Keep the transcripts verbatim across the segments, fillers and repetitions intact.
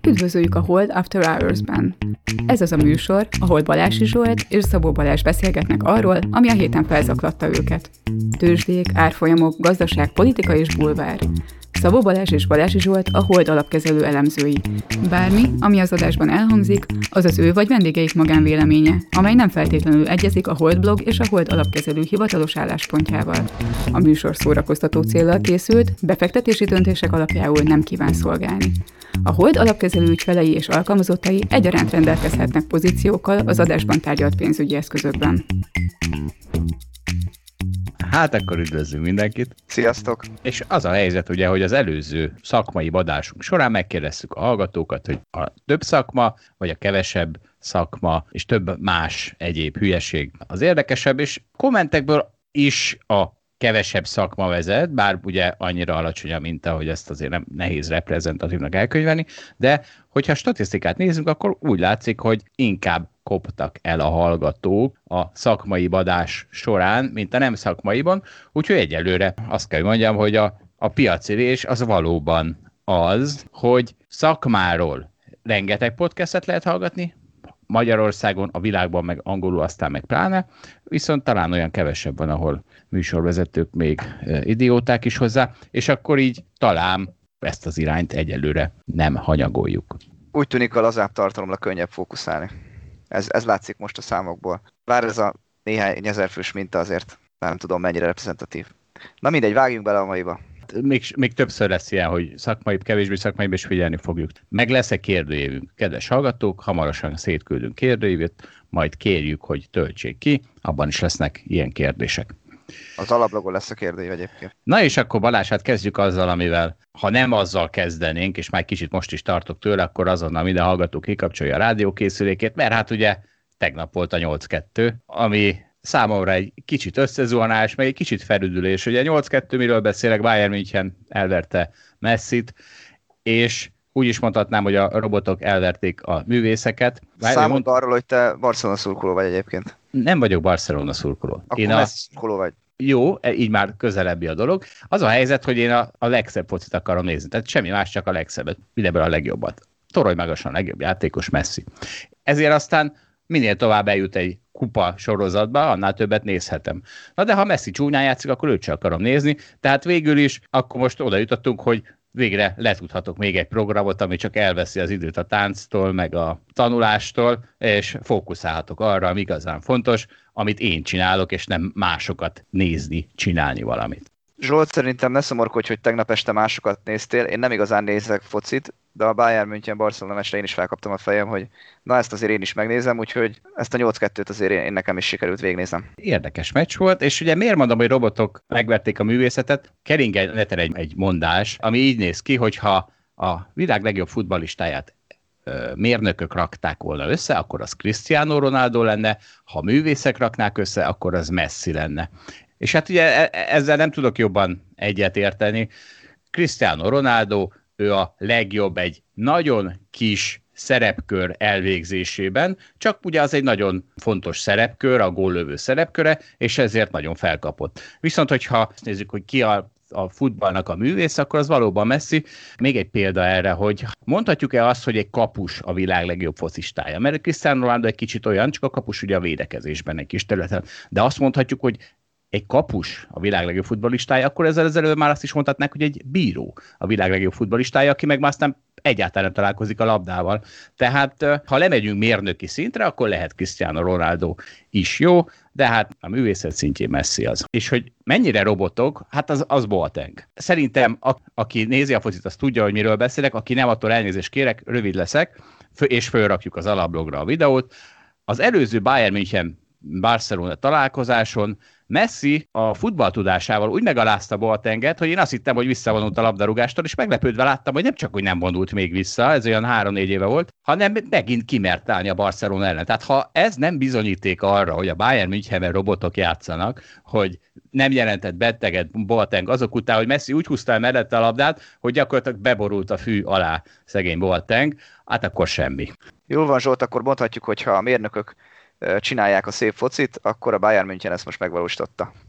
Üdvözöljük a Hold After Hours-ben. Ez az a műsor, ahol Balási Zsolt és Szabó Balázs beszélgetnek arról, ami a héten felzaklatta őket. Tőzsdék, árfolyamok, gazdaság, politika és bulvár. Szabó Balázs és Balási Zsolt a Hold alapkezelő elemzői. Bármi, ami az adásban elhangzik, az az ő vagy vendégeik magánvéleménye, amely nem feltétlenül egyezik a Hold blog és a Hold alapkezelő hivatalos álláspontjával. A műsor szórakoztató céllal készült, befektetési döntések alapjául nem kíván szolgálni. A Hold alapkezelő ügyfelei és alkalmazottai egyaránt rendelkezhetnek pozíciókkal az adásban tárgyalt pénzügyi eszközökben. Hát akkor üdvözlünk mindenkit. Sziasztok! És az a helyzet ugye, hogy az előző szakmai adásunk során megkérdeztük a hallgatókat, hogy a több szakma, vagy a kevesebb szakma, és több más egyéb hülyeség az érdekesebb, és kommentekből is a kevesebb szakma vezet, bár ugye annyira alacsony a minta, hogy ezt azért nem nehéz reprezentatívnak elkönyvelni, de hogyha statisztikát nézzünk, akkor úgy látszik, hogy inkább koptak el a hallgatók a szakmai adás során, mint a nem szakmaiban, úgyhogy egyelőre azt kell mondjam, hogy a, a piacirés az valóban az, hogy szakmáról rengeteg podcastet lehet hallgatni, Magyarországon, a világban meg angolul, aztán meg pláne, viszont talán olyan kevesebb van, ahol műsorvezetők még idióták is hozzá, és akkor így talán ezt az irányt egyelőre nem hanyagoljuk. Úgy tűnik, a lazább tartalomra könnyebb fókuszálni. Ez, ez látszik most a számokból. Bár ez a néhány ezerfős minta azért nem tudom mennyire reprezentatív. Na mindegy, vágjunk bele a maiba. Még, még többször lesz ilyen, hogy szakmai, kevésbé szakmai, és figyelni fogjuk. Meg lesz-e kérdőjévünk? Kedves hallgatók, hamarosan szétküldünk kérdőívet, majd kérjük, hogy töltsék ki, abban is lesznek ilyen kérdések. Az alaplogon lesz a kérdőív egyébként. Na és akkor Balázs, hát kezdjük azzal, amivel, ha nem azzal kezdenénk, és már kicsit most is tartok tőle, akkor azonnal minden hallgató kikapcsolja a rádiókészülékét, mert hát ugye tegnap volt a nyolc kettő, ami számomra egy kicsit összezuhanás, meg egy kicsit felüdülés. Ugye nyolc kettő, miről beszélek, Bayern München elverte Messit, és úgy is mondhatnám, hogy a robotok elverték a művészeket. Számold mond... arról, hogy te Barcelona szurkoló vagy egyébként. Nem vagyok Barcelona szurkoló. Akkor én Messi a... szurkoló vagy. Jó, így már közelebbi a dolog. Az a helyzet, hogy én a, a legszebb focit akarom nézni. Tehát semmi más, csak a legszebbet. Mindeből a legjobbat. Torolj magasan a legjobb játékos Messi. Ezért aztán minél tovább eljut egy kupa sorozatba, annál többet nézhetem. Na de ha Messi csúnyán játszik, akkor őt sem akarom nézni. Tehát végül is, akkor most oda jutottunk, hogy végre letudhatok még egy programot, ami csak elveszi az időt a tánctól, meg a tanulástól, és fókuszálhatok arra, ami igazán fontos, amit én csinálok, és nem másokat nézni, csinálni valamit. Zsolt, szerintem ne szomorkodj, hogy tegnap este másokat néztél. Én nem igazán nézek focit, de a Bayern München Barcelona meccsre én is felkaptam a fejem, hogy na ezt azért én is megnézem, úgyhogy ezt a nyolc kettőt azért én, én nekem is sikerült végignéznem. Érdekes meccs volt, és ugye miért mondom, hogy robotok megverték a művészetet? Kering egy neten egy, egy mondás, ami így néz ki, hogyha a világ legjobb futballistáját ö, mérnökök rakták volna össze, akkor az Cristiano Ronaldo lenne, ha művészek raknák össze, akkor az Messi lenne. És hát ugye ezzel nem tudok jobban egyet érteni. Cristiano Ronaldo, ő a legjobb egy nagyon kis szerepkör elvégzésében, csak ugye az egy nagyon fontos szerepkör, a góllövő szerepköre, és ezért nagyon felkapott. Viszont, hogyha nézzük, hogy ki a, a futballnak a művész, akkor az valóban Messi. Még egy példa erre, hogy mondhatjuk-e azt, hogy egy kapus a világ legjobb focistája? Mert Cristiano Ronaldo egy kicsit olyan, csak a kapus ugye a védekezésben egy kis területen. De azt mondhatjuk, hogy egy kapus a világ legjobb futballistája, akkor ezzel ezelőtt már azt is mondhatnák, hogy egy bíró a világ legjobb futballistája, aki meg már aztán egyáltalán nem találkozik a labdával. Tehát ha lemegyünk mérnöki szintre, akkor lehet Cristiano Ronaldo is jó, de hát a művészet szintjén Messi az. És hogy mennyire robotok, hát az, az Boateng. Szerintem a, aki nézi a focit, az tudja, hogy miről beszélek, aki nem, attól elnézést kérek, rövid leszek, és fölrakjuk az alapblogra a videót. Az előző Bayern München Barcelona találkozáson Messi a futballtudásával úgy megalázta Boatenget, hogy én azt hittem, hogy visszavonult a labdarúgástól, és meglepődve láttam, hogy nem csak, hogy nem vonult még vissza, ez olyan három-négy éve volt, hanem megint kimert állni a Barcelona ellen. Tehát ha ez nem bizonyíték arra, hogy a Bayern Münchenben robotok játszanak, hogy nem jelentett beteget Boateng azok után, hogy Messi úgy húzta el mellette a labdát, hogy gyakorlatilag beborult a fű alá szegény Boateng, hát akkor semmi. Jól van, Zsolt, akkor mondhatjuk, hogy ha a mérnökök csinálják a szép focit, akkor a Bayern München ezt most megvalósította.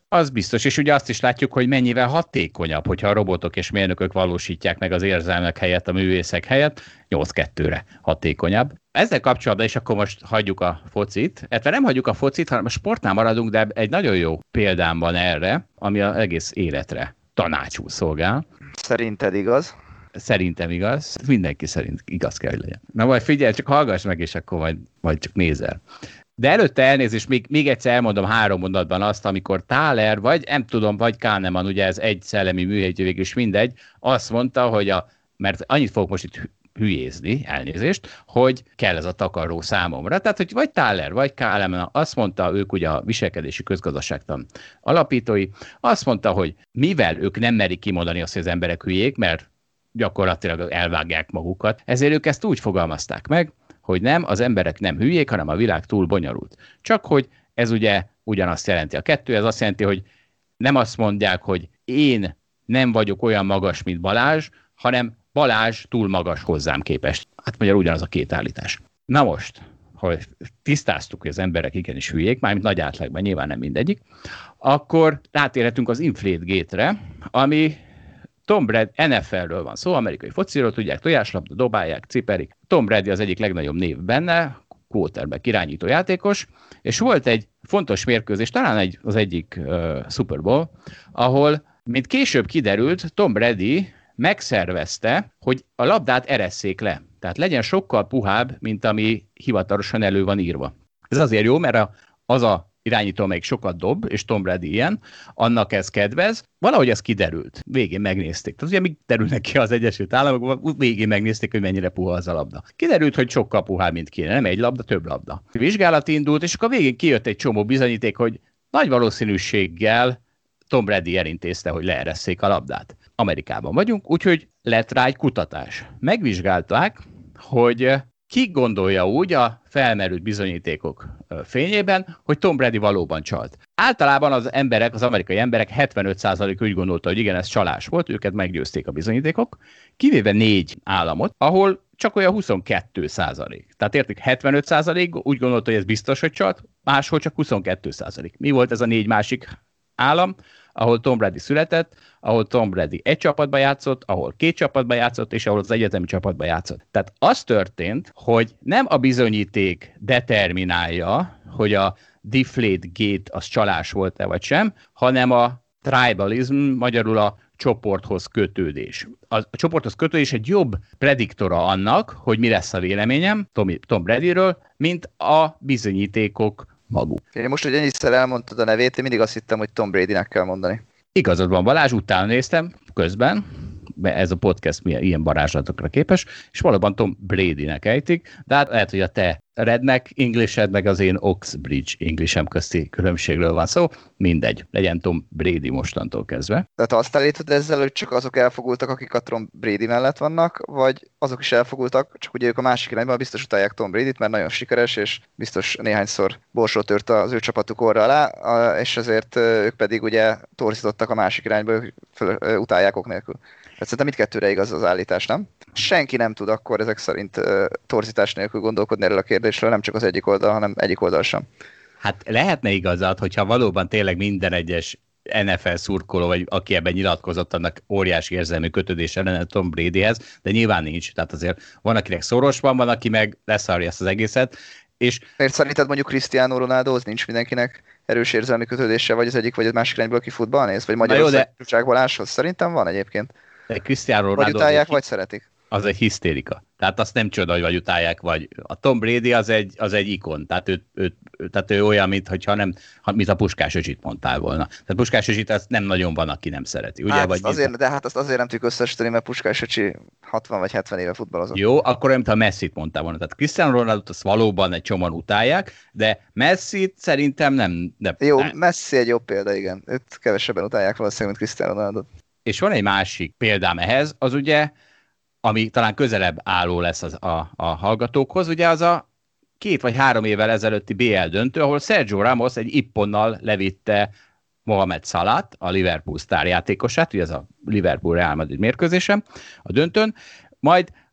Az biztos, és ugye azt is látjuk, hogy mennyivel hatékonyabb, hogyha a robotok és mérnökök valósítják meg az érzelmek helyett, a művészek helyett, nyolc kettőre hatékonyabb. Ezzel kapcsolatban, és akkor most hagyjuk a focit, illetve nem hagyjuk a focit, hanem a sportnál maradunk, de egy nagyon jó példám van erre, ami az egész életre tanácsul szolgál. Szerinted igaz? Szerintem igaz. Mindenki szerint igaz kell, hogy legyen. Na majd figyelj, csak hallgass meg, és akkor majd, majd csak nézel. De előtte elnézést, még, még egyszer elmondom három mondatban azt, amikor Thaler, vagy nem tudom, vagy Kahneman, ugye ez egy szellemi műhely, végül is mindegy, azt mondta, hogy a, mert annyit fogok most itt hülyézni, elnézést, hogy kell ez a takaró számomra. Tehát, hogy vagy Thaler, vagy Kahneman azt mondta, ők ugye a viselkedési közgazdaságtan alapítói, azt mondta, hogy mivel ők nem merik kimondani azt, hogy az emberek hülyék, mert gyakorlatilag elvágják magukat, ezért ők ezt úgy fogalmazták meg, hogy nem, az emberek nem hülyék, hanem a világ túl bonyolult. Csak hogy ez ugye ugyanazt jelenti. A kettő, ez azt jelenti, hogy nem azt mondják, hogy én nem vagyok olyan magas, mint Balázs, hanem Balázs túl magas hozzám képest. Hát magyarul ugyanaz a két állítás. Na most, hogy tisztáztuk, hogy az emberek igenis hülyék, mármint nagy átlagban, nyilván nem mindegyik, akkor rátérhetünk az Inflate Gate-re, ami Tom Brady, en ef el-ről van szó, amerikai fociról, tudják, tojáslabda, dobálják, ciperik. Tom Brady az egyik legnagyobb név benne, quarterback, irányító játékos, és volt egy fontos mérkőzés, talán egy, az egyik uh, Super Bowl, ahol, mint később kiderült, Tom Brady megszervezte, hogy a labdát eresszék le. Tehát legyen sokkal puhább, mint ami hivatalosan elő van írva. Ez azért jó, mert a, az a irányító, amelyik sokat dob, és Tom Brady ilyen, annak ez kedvez. Valahogy ez kiderült. Végén megnézték. Tehát ugye, míg derülnek ki az Egyesült Államokban, végén megnézték, hogy mennyire puha az a labda. Kiderült, hogy sokkal puhább, mint kéne. Nem egy labda, több labda. Vizsgálat indult, és akkor végén kijött egy csomó bizonyíték, hogy nagy valószínűséggel Tom Brady elintézte, hogy leeresszék a labdát. Amerikában vagyunk, úgyhogy lett rá egy kutatás. Megvizsgálták, hogy ki gondolja úgy a felmerült bizonyítékok fényében, hogy Tom Brady valóban csalt. Általában az emberek, az amerikai emberek hetvenöt százalék úgy gondolta, hogy igen, ez csalás volt, őket meggyőzték a bizonyítékok, kivéve négy államot, ahol csak olyan huszonkettő százalék. Tehát értik, hetvenöt százalék úgy gondolta, hogy ez biztos, hogy csalt, máshol csak huszonkettő százalék. Mi volt ez a négy másik állam, ahol Tom Brady született, ahol Tom Brady egy csapatba játszott, ahol két csapatba játszott, és ahol az egyetemi csapatba játszott. Tehát az történt, hogy nem a bizonyíték determinálja, hogy a Deflate Gate az csalás volt-e vagy sem, hanem a tribalism, magyarul a csoporthoz kötődés. A, a csoporthoz kötődés egy jobb prediktora annak, hogy mi lesz a véleményem Tom, Tom Bradyről, mint a bizonyítékok maguk. Én most, hogy ennyiszer elmondtad a nevét, én mindig azt hittem, hogy Tom Bradynek kell mondani. Igazad van, Balázs, utána néztem közben, mert ez a podcast milyen, ilyen varázslatokra képes, és valóban Tom Bradynek ejtik, de hát lehet, hogy a te redneck Englished, meg az én Oxbridge Englishem közti különbségről van szó, mindegy, legyen Tom Brady mostantól kezdve. Tehát azt állítod ezzel, hogy csak azok elfogultak, akik a Tom Brady mellett vannak, vagy azok is elfogultak, csak ugye ők a másik irányban biztos utálják Tom Bradyt, mert nagyon sikeres, és biztos néhányszor borsot tört az ő csapatuk orra alá, és ezért ők pedig ugye torzítottak a másik irányba, ők föl, utálják ok nélkül. Tehát szerintem mindkettőre igaz az állítás, nem? Senki nem tud akkor ezek szerint uh, torzítás nélkül gondolkodni erről a kérdésről, nem csak az egyik oldal, hanem egyik oldal sem. Hát lehetne igazad, hogyha valóban tényleg minden egyes en ef el szurkoló, vagy aki ebben nyilatkozott, annak óriási érzelmű kötődése lenne Tom Bradyhez, de nyilván nincs. Tehát azért van, akinek szoros van, van, aki meg leszarja ezt az egészet. És miért szerinted mondjuk Cristiano Ronaldohoz nincs mindenkinek erős érzelmi kötődése, vagy az egyik, vagy az másik irányból, aki futball néz, vagy Magyarország de... Balázshoz? Szerintem van egyébként. De Cristiano Ronaldo vagy utálják, vagy szeretik. Az egy hisztérika. Tehát azt nem csoda, hogy vagy utálják, vagy a Tom Brady az egy, az egy ikon. Tehát ő, ő, tehát ő olyan, mintha nem, mint a Puskás öcsit mondtál volna. Tehát Puskás öcsit az nem nagyon van, aki nem szereti. Ugye? Hát vagy azért, de hát azt azért nem tudjuk összesíteni, mert Puskás öcsi hatvan vagy hetven éve futballozott. Jó, akkor olyan, mintha Messit mondtál volna. Tehát Cristiano Ronaldo azt valóban egy csomóan utálják, de Messit szerintem nem. De jó, nem. Messi egy jobb példa, igen. Őt kevesebben utálják valószínűleg, mint Cristiano Ronaldo. És van egy másik példám ehhez, az ugye, ami talán közelebb álló lesz az, a, a hallgatókhoz, ugye az a két vagy három évvel ezelőtti bé el döntő, ahol Sergio Ramos egy ipponnal levitte Mohamed Salat, a Liverpool sztárjátékosát, ugye ez a Liverpool-Real Madrid mérkőzésen, a döntőn, majd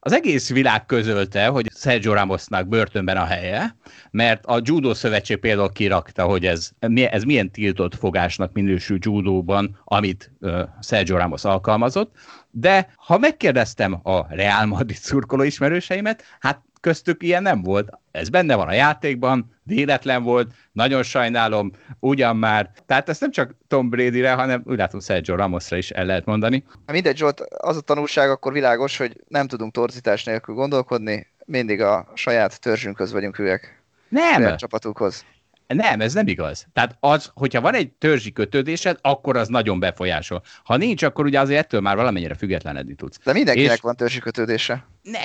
az egész világ közölte, hogy Sergio Ramosnak börtönben a helye, mert a Judo Szövetség például kirakta, hogy ez, ez milyen tiltott fogásnak minősül judóban, amit uh, Sergio Ramos alkalmazott, de ha megkérdeztem a Real Madrid szurkoló ismerőseimet, hát köztük ilyen nem volt. Ez benne van a játékban, véletlen volt, nagyon sajnálom, ugyan már. Tehát ezt nem csak Tom Bradyre, hanem úgy látom Sergio Ramosra is el lehet mondani. Mindegy, Zsolt, az a tanulság akkor világos, hogy nem tudunk torzítás nélkül gondolkodni, mindig a saját törzsünkhöz vagyunk hülyek. Nem. A csapatukhoz. Nem, ez nem igaz. Tehát az, hogyha van egy törzsi kötődésed, akkor az nagyon befolyásol. Ha nincs, akkor ugye azért ettől már valamennyire függetlenedni tudsz. De mindenkinek És... van törzsi kötődése. Ne.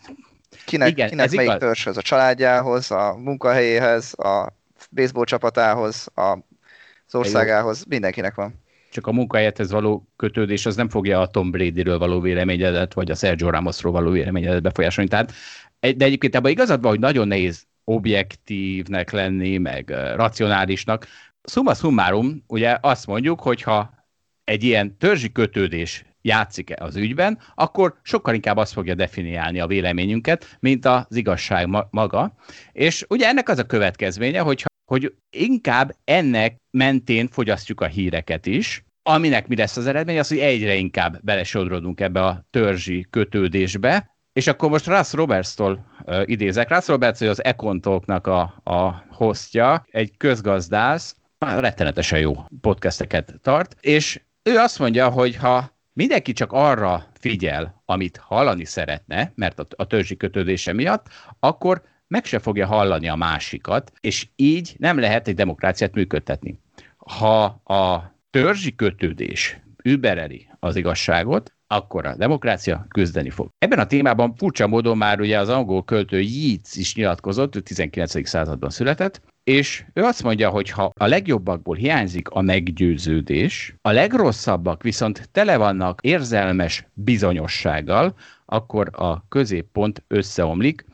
Kinek, Igen, kinek melyik igaz. Törzshöz? A családjához, a munkahelyéhez, a baseball csapatához, az országához, mindenkinek van. Csak a munkahelyethez való kötődés az nem fogja a Tom Bradyről való véleményedet, vagy a Sergio Ramosról való véleményedet befolyásolni. Tehát, de egyébként ebben igazad van, hogy nagyon nehéz objektívnek lenni, meg uh, racionálisnak. Summa summarum, ugye azt mondjuk, hogyha egy ilyen törzsi kötődés játszik az ügyben, akkor sokkal inkább azt fogja definiálni a véleményünket, mint az igazság ma- maga. És ugye ennek az a következménye, hogyha, hogy inkább ennek mentén fogyasztjuk a híreket is, aminek mi lesz az eredmény, az, hogy egyre inkább belesodrodunk ebbe a törzsi kötődésbe. És akkor most Russ Roberts-tól uh, idézek. Russ Roberts, hogy az Econ Talknak a, a hostja, egy közgazdász, rettenetesen jó podcasteket tart, és ő azt mondja, hogy ha mindenki csak arra figyel, amit hallani szeretne, mert a, a törzsi kötődése miatt, akkor meg se fogja hallani a másikat, és így nem lehet egy demokráciát működtetni. Ha a törzsi kötődés übereli az igazságot, akkor a demokrácia küzdeni fog. Ebben a témában furcsa módon már ugye az angol költő Yeats is nyilatkozott, ő tizenkilencedik században született, és ő azt mondja, hogy ha a legjobbakból hiányzik a meggyőződés, a legrosszabbak viszont tele vannak érzelmes bizonyossággal, akkor a középpont összeomlik,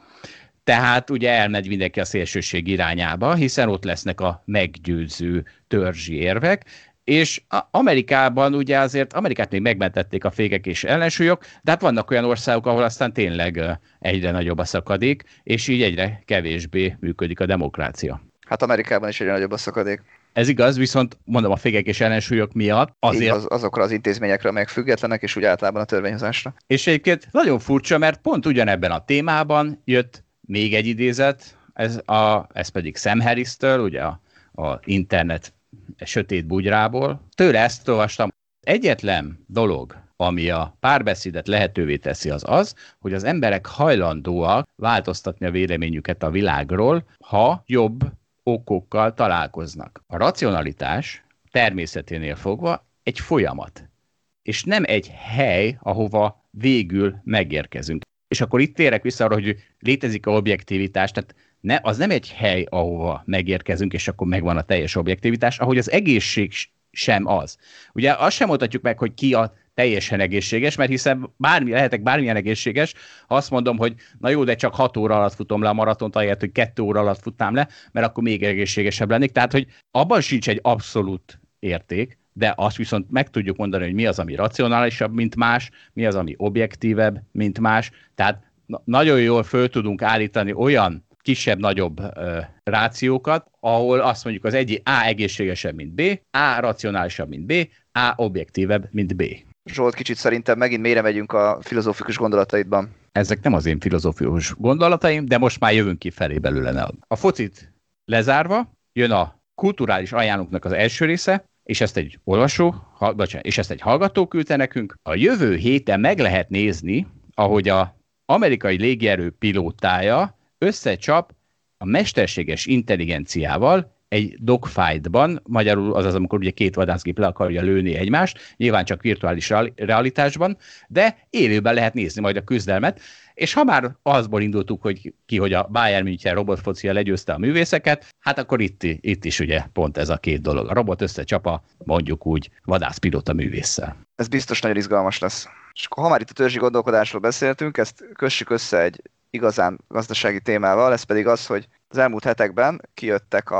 tehát ugye elmegy mindenki a szélsőség irányába, hiszen ott lesznek a meggyőző törzsi érvek, és Amerikában ugye azért, Amerikát még megmentették a fékek és ellensúlyok, de hát vannak olyan országok, ahol aztán tényleg egyre nagyobb a szakadék, és így egyre kevésbé működik a demokrácia. Hát Amerikában is egyre nagyobb a szakadék. Ez igaz, viszont mondom a fékek és ellensúlyok miatt azért... Az, azokra az intézményekre, amelyek függetlenek, és úgy általában a törvényhozásra. És egyébként nagyon furcsa, mert pont ugyanebben a témában jött még egy idézet, ez, a, ez pedig Sam Harris-től, ugye a, a internet sötét bugyrából. Tőle ezt olvastam. Egyetlen dolog, ami a párbeszédet lehetővé teszi, az az, hogy az emberek hajlandóak változtatni a véleményüket a világról, ha jobb okokkal találkoznak. A racionalitás természeténél fogva egy folyamat, és nem egy hely, ahova végül megérkezünk. És akkor itt térek vissza arra, hogy létezik a objektivitás, tehát ne, az nem egy hely, ahova megérkezünk, és akkor megvan a teljes objektivitás, ahogy az egészség sem az. Ugye azt sem mondhatjuk meg, hogy ki a teljesen egészséges, mert hiszen bármi, lehetek bármilyen egészséges, ha azt mondom, hogy na jó, de csak hat óra alatt futom le a maratont, ahelyett, hogy kettő óra alatt futnám le, mert akkor még egészségesebb lennék. Tehát, hogy abban sincs egy abszolút érték, de azt viszont meg tudjuk mondani, hogy mi az, ami racionálisabb, mint más, mi az, ami objektívebb, mint más. Tehát na- nagyon jól föl tudunk állítani olyan kisebb-nagyobb uh, rációkat, ahol azt mondjuk az egyik A egészségesebb, mint B, A racionálisabb, mint B, A objektívebb, mint B. Zsolt, kicsit szerintem megint mélyre megyünk a filozófikus gondolataidban. Ezek nem az én filozófikus gondolataim, de most már jövünk ki felé belőle. A focit lezárva, jön a kulturális ajánlóknak az első része, és ezt egy olvasó, ha, bocsánat, és ezt egy hallgató küldte nekünk. A jövő héten meg lehet nézni, ahogy az amerikai légierő pilótája összecsap a mesterséges intelligenciával egy dogfightban, magyarul az az, amikor ugye két vadászgép le akarja lőni egymást, nyilván csak virtuális realitásban, de élőben lehet nézni majd a küzdelmet, és ha már azból indultuk, hogy ki, hogy a Bayern München robotfocia legyőzte a művészeket, hát akkor itt, itt is ugye pont ez a két dolog. A robot összecsap a, mondjuk úgy, vadászpilóta művésszel. Ez biztos nagyon izgalmas lesz. És akkor, ha már itt a törzsi gondolkodásról beszéltünk, ezt kössük össze egy igazán gazdasági témával, ez pedig az, hogy az elmúlt hetekben kijöttek a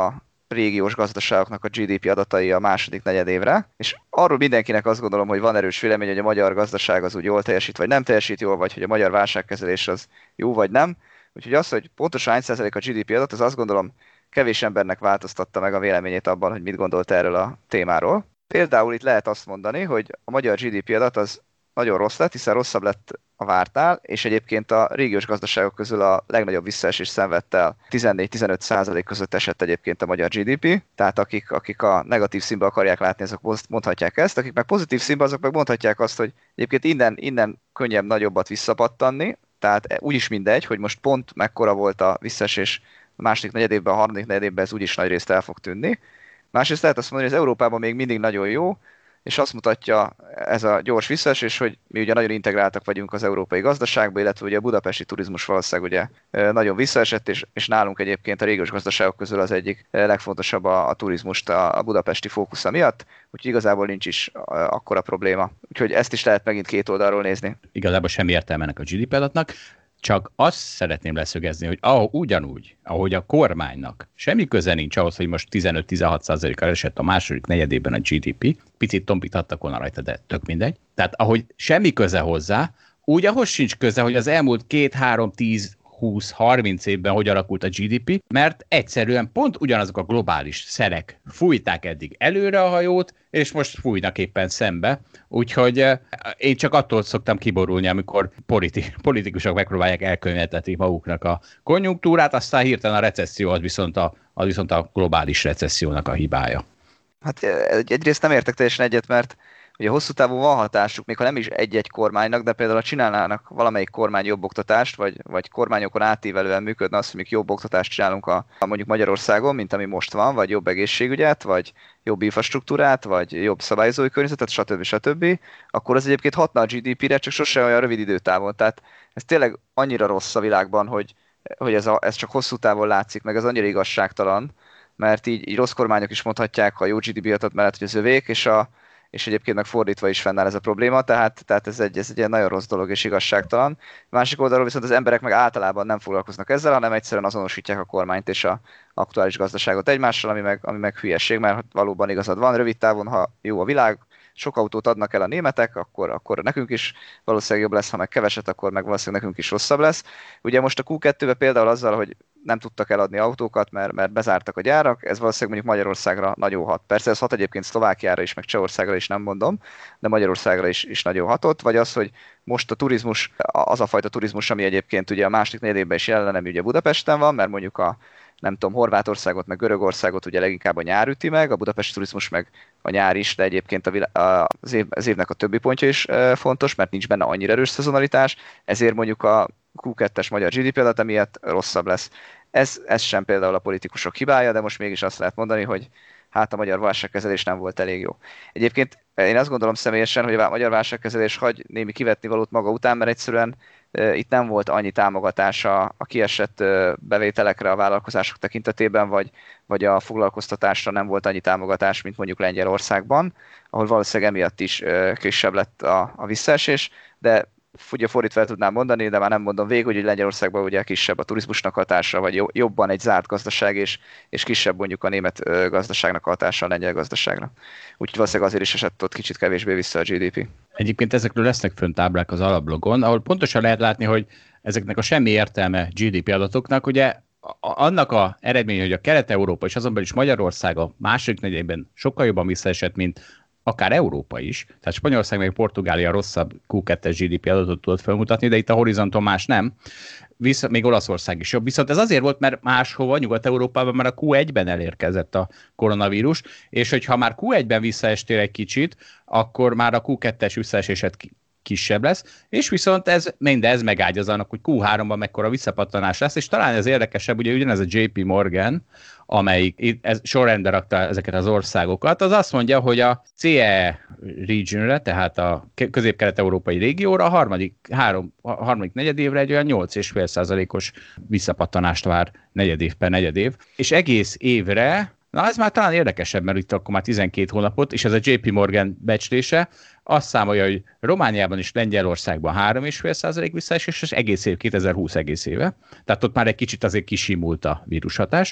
régiós gazdaságoknak a gé dé pé adatai a második negyedévre, és arról mindenkinek azt gondolom, hogy van erős vélemény, hogy a magyar gazdaság az úgy jól teljesít, vagy nem teljesít jól, vagy hogy a magyar válságkezelés az jó, vagy nem. Úgyhogy az, hogy pontosan hány százalék a gé dé pé adat, az azt gondolom kevés embernek változtatta meg a véleményét abban, hogy mit gondolt erről a témáról. Például itt lehet azt mondani, hogy a magyar gé dé pé adat az nagyon rossz lett, hiszen rosszabb lett a vártnál, és egyébként a régiós gazdaságok közül a legnagyobb visszaesést szenvedt el. tizennégy-tizenöt százalék között esett egyébként a magyar gé dé pé, tehát akik, akik a negatív színbe akarják látni, azok mondhatják ezt, akik meg pozitív színbe, azok meg mondhatják azt, hogy egyébként innen, innen könnyebb nagyobbat visszapattanni, tehát úgyis mindegy, hogy most pont mekkora volt a visszaesés a második negyedévben, a harmadik negyedévben, ez úgyis nagy részt el fog tűnni. Másrészt lehet azt mondani, hogy az Európában még mindig nagyon jó, és azt mutatja ez a gyors visszaesés, hogy mi ugye nagyon integráltak vagyunk az európai gazdaságba, illetve ugye a budapesti turizmus valószínűleg ugye nagyon visszaesett, és, és nálunk egyébként a régiós gazdaságok közül az egyik legfontosabb a, a turizmust a, a budapesti fókusza miatt, úgyhogy igazából nincs is akkora probléma. Úgyhogy ezt is lehet megint két oldalról nézni. Igazából semmi értelme ennek a gé dé pé adatnak, csak azt szeretném leszögezni, hogy ahol, ugyanúgy, ahogy a kormánynak semmi köze nincs ahhoz, hogy most tizenöt-tizenhat százalékkal esett a második negyedében a gé dé pé, picit tompíthattak volna rajta, de tök mindegy. Tehát ahogy semmi köze hozzá, úgy ahhoz sincs köze, hogy az elmúlt két, három, tíz, húsz, harminc évben hogy alakult a gé dé pé, mert egyszerűen pont ugyanazok a globális szerek fújták eddig előre a hajót, és most fújnak éppen szembe. Úgyhogy én csak attól szoktam kiborulni, amikor politi- politikusok megpróbálják elkönyveltetni maguknak a konjunktúrát, aztán hirtelen a recesszió az viszont a, az viszont a globális recessziónak a hibája. Hát egyrészt nem értek teljesen egyet, mert ugye hosszú távon van hatásuk, még ha nem is egy-egy kormánynak, de például ha csinálnának valamelyik kormány jobb oktatást, vagy, vagy kormányokon átívelően működne az, hogy jobb oktatást csinálunk a, a mondjuk Magyarországon, mint ami most van, vagy jobb egészségügyet, vagy jobb infrastruktúrát, vagy jobb szabályozói környezetet, stb. stb., akkor az egyébként hatna a gé dé pére, csak sose olyan rövid időtávon. Tehát ez tényleg annyira rossz a világban, hogy, hogy ez, a, ez csak hosszú távon látszik, meg ez annyira igazságtalan, mert így, így rossz kormányok is mondhatják a jó gé dé pé adat mellett, hogy az övék, és a és egyébként meg fordítva is fennáll ez a probléma, tehát, tehát ez, egy, ez egy ilyen nagyon rossz dolog és igazságtalan. Másik oldalról viszont az emberek meg általában nem foglalkoznak ezzel, hanem egyszerűen azonosítják a kormányt és a aktuális gazdaságot egymással, ami meg, ami meg hülyeség, mert valóban igazad van, rövid távon, ha jó a világ, sok autót adnak el a németek, akkor, akkor nekünk is valószínűleg jobb lesz, ha meg keveset, akkor meg valószínűleg nekünk is rosszabb lesz. Ugye most a kú kettőben például azzal, hogy nem tudtak eladni autókat, mert, mert bezártak a gyárak, ez valószínűleg mondjuk Magyarországra nagyon hat. Persze ez hat egyébként Szlovákiára is, meg Csehországra is nem mondom, de Magyarországra is, is nagyon hatott, vagy az, hogy most a turizmus, az a fajta turizmus, ami egyébként ugye a második negyedében is jelen, nem ugye Budapesten van, mert mondjuk a nem tudom, Horvátországot, meg Görögországot ugye leginkább a nyár üti meg, a budapesti turizmus meg a nyár is, de egyébként a vilá- az, év, az évnek a többi pontja is fontos, mert nincs benne annyira erős szezonalitás, ezért mondjuk a kú kettes magyar gé dé pé adat emiatt rosszabb lesz. Ez, ez sem például a politikusok hibája, de most mégis azt lehet mondani, hogy hát a magyar válságkezelés nem volt elég jó. Egyébként én azt gondolom személyesen, hogy a magyar válságkezelés hagy némi kivetni valót maga után, mert egyszerűen e, itt nem volt annyi támogatás a, a kiesett e, bevételekre a vállalkozások tekintetében, vagy, vagy a foglalkoztatásra nem volt annyi támogatás, mint mondjuk Lengyelországban, ahol valószínűleg emiatt is e, kisebb lett a, a visszaesés, de ugye fordítva el tudnám mondani, de már nem mondom végig, hogy Lengyelországban ugye kisebb a turizmusnak hatása, vagy jobban egy zárt gazdaság, és, és kisebb mondjuk a német gazdaságnak hatása a lengyel gazdaságra. Úgyhogy valószínűleg azért is esett ott kicsit kevésbé vissza a gé dé pé. Egyébként ezekről lesznek fönn táblák az alablogon, ahol pontosan lehet látni, hogy ezeknek a semmi értelme gé dé pé adatoknak, ugye annak a eredménye, hogy a Kelet-Európa és azonban is Magyarország a második negyedében sokkal jobban visszaesett, mint akár Európa is, tehát Spanyolország meg Portugália rosszabb kú kettes gé dé pé adatot tudott felmutatni, de itt a horizonton más nem. Visz, még Olaszország is jobb. Viszont ez azért volt, mert máshova, Nyugat-Európában már a kú egyben elérkezett a koronavírus, és hogyha már kú egyben visszaestél egy kicsit, akkor már a kú kettes visszaesésed kisebb lesz, és viszont ez mindez megágyaz annak, hogy kú háromban mekkora visszapattanás lesz, és talán ez érdekesebb, ugye ugyanez a jé pé Morgan, amelyik ez sorrendbe rakta ezeket az országokat, az azt mondja, hogy a cé e regionre, tehát a közép-kelet-európai régióra a harmadik, három, a harmadik negyedévre egy olyan nyolc egész öt százalékos visszapattanást vár negyedév per negyedév, és egész évre Na, ez már talán érdekesebb, mert itt akkor már tizenkét hónapot, és ez a jé pé Morgan becslése azt számolja, hogy Romániában és Lengyelországban három egész öt százalék visszaesés, és egész év kétezer-húsz egész éve. Tehát ott már egy kicsit azért kisimult a vírushatás.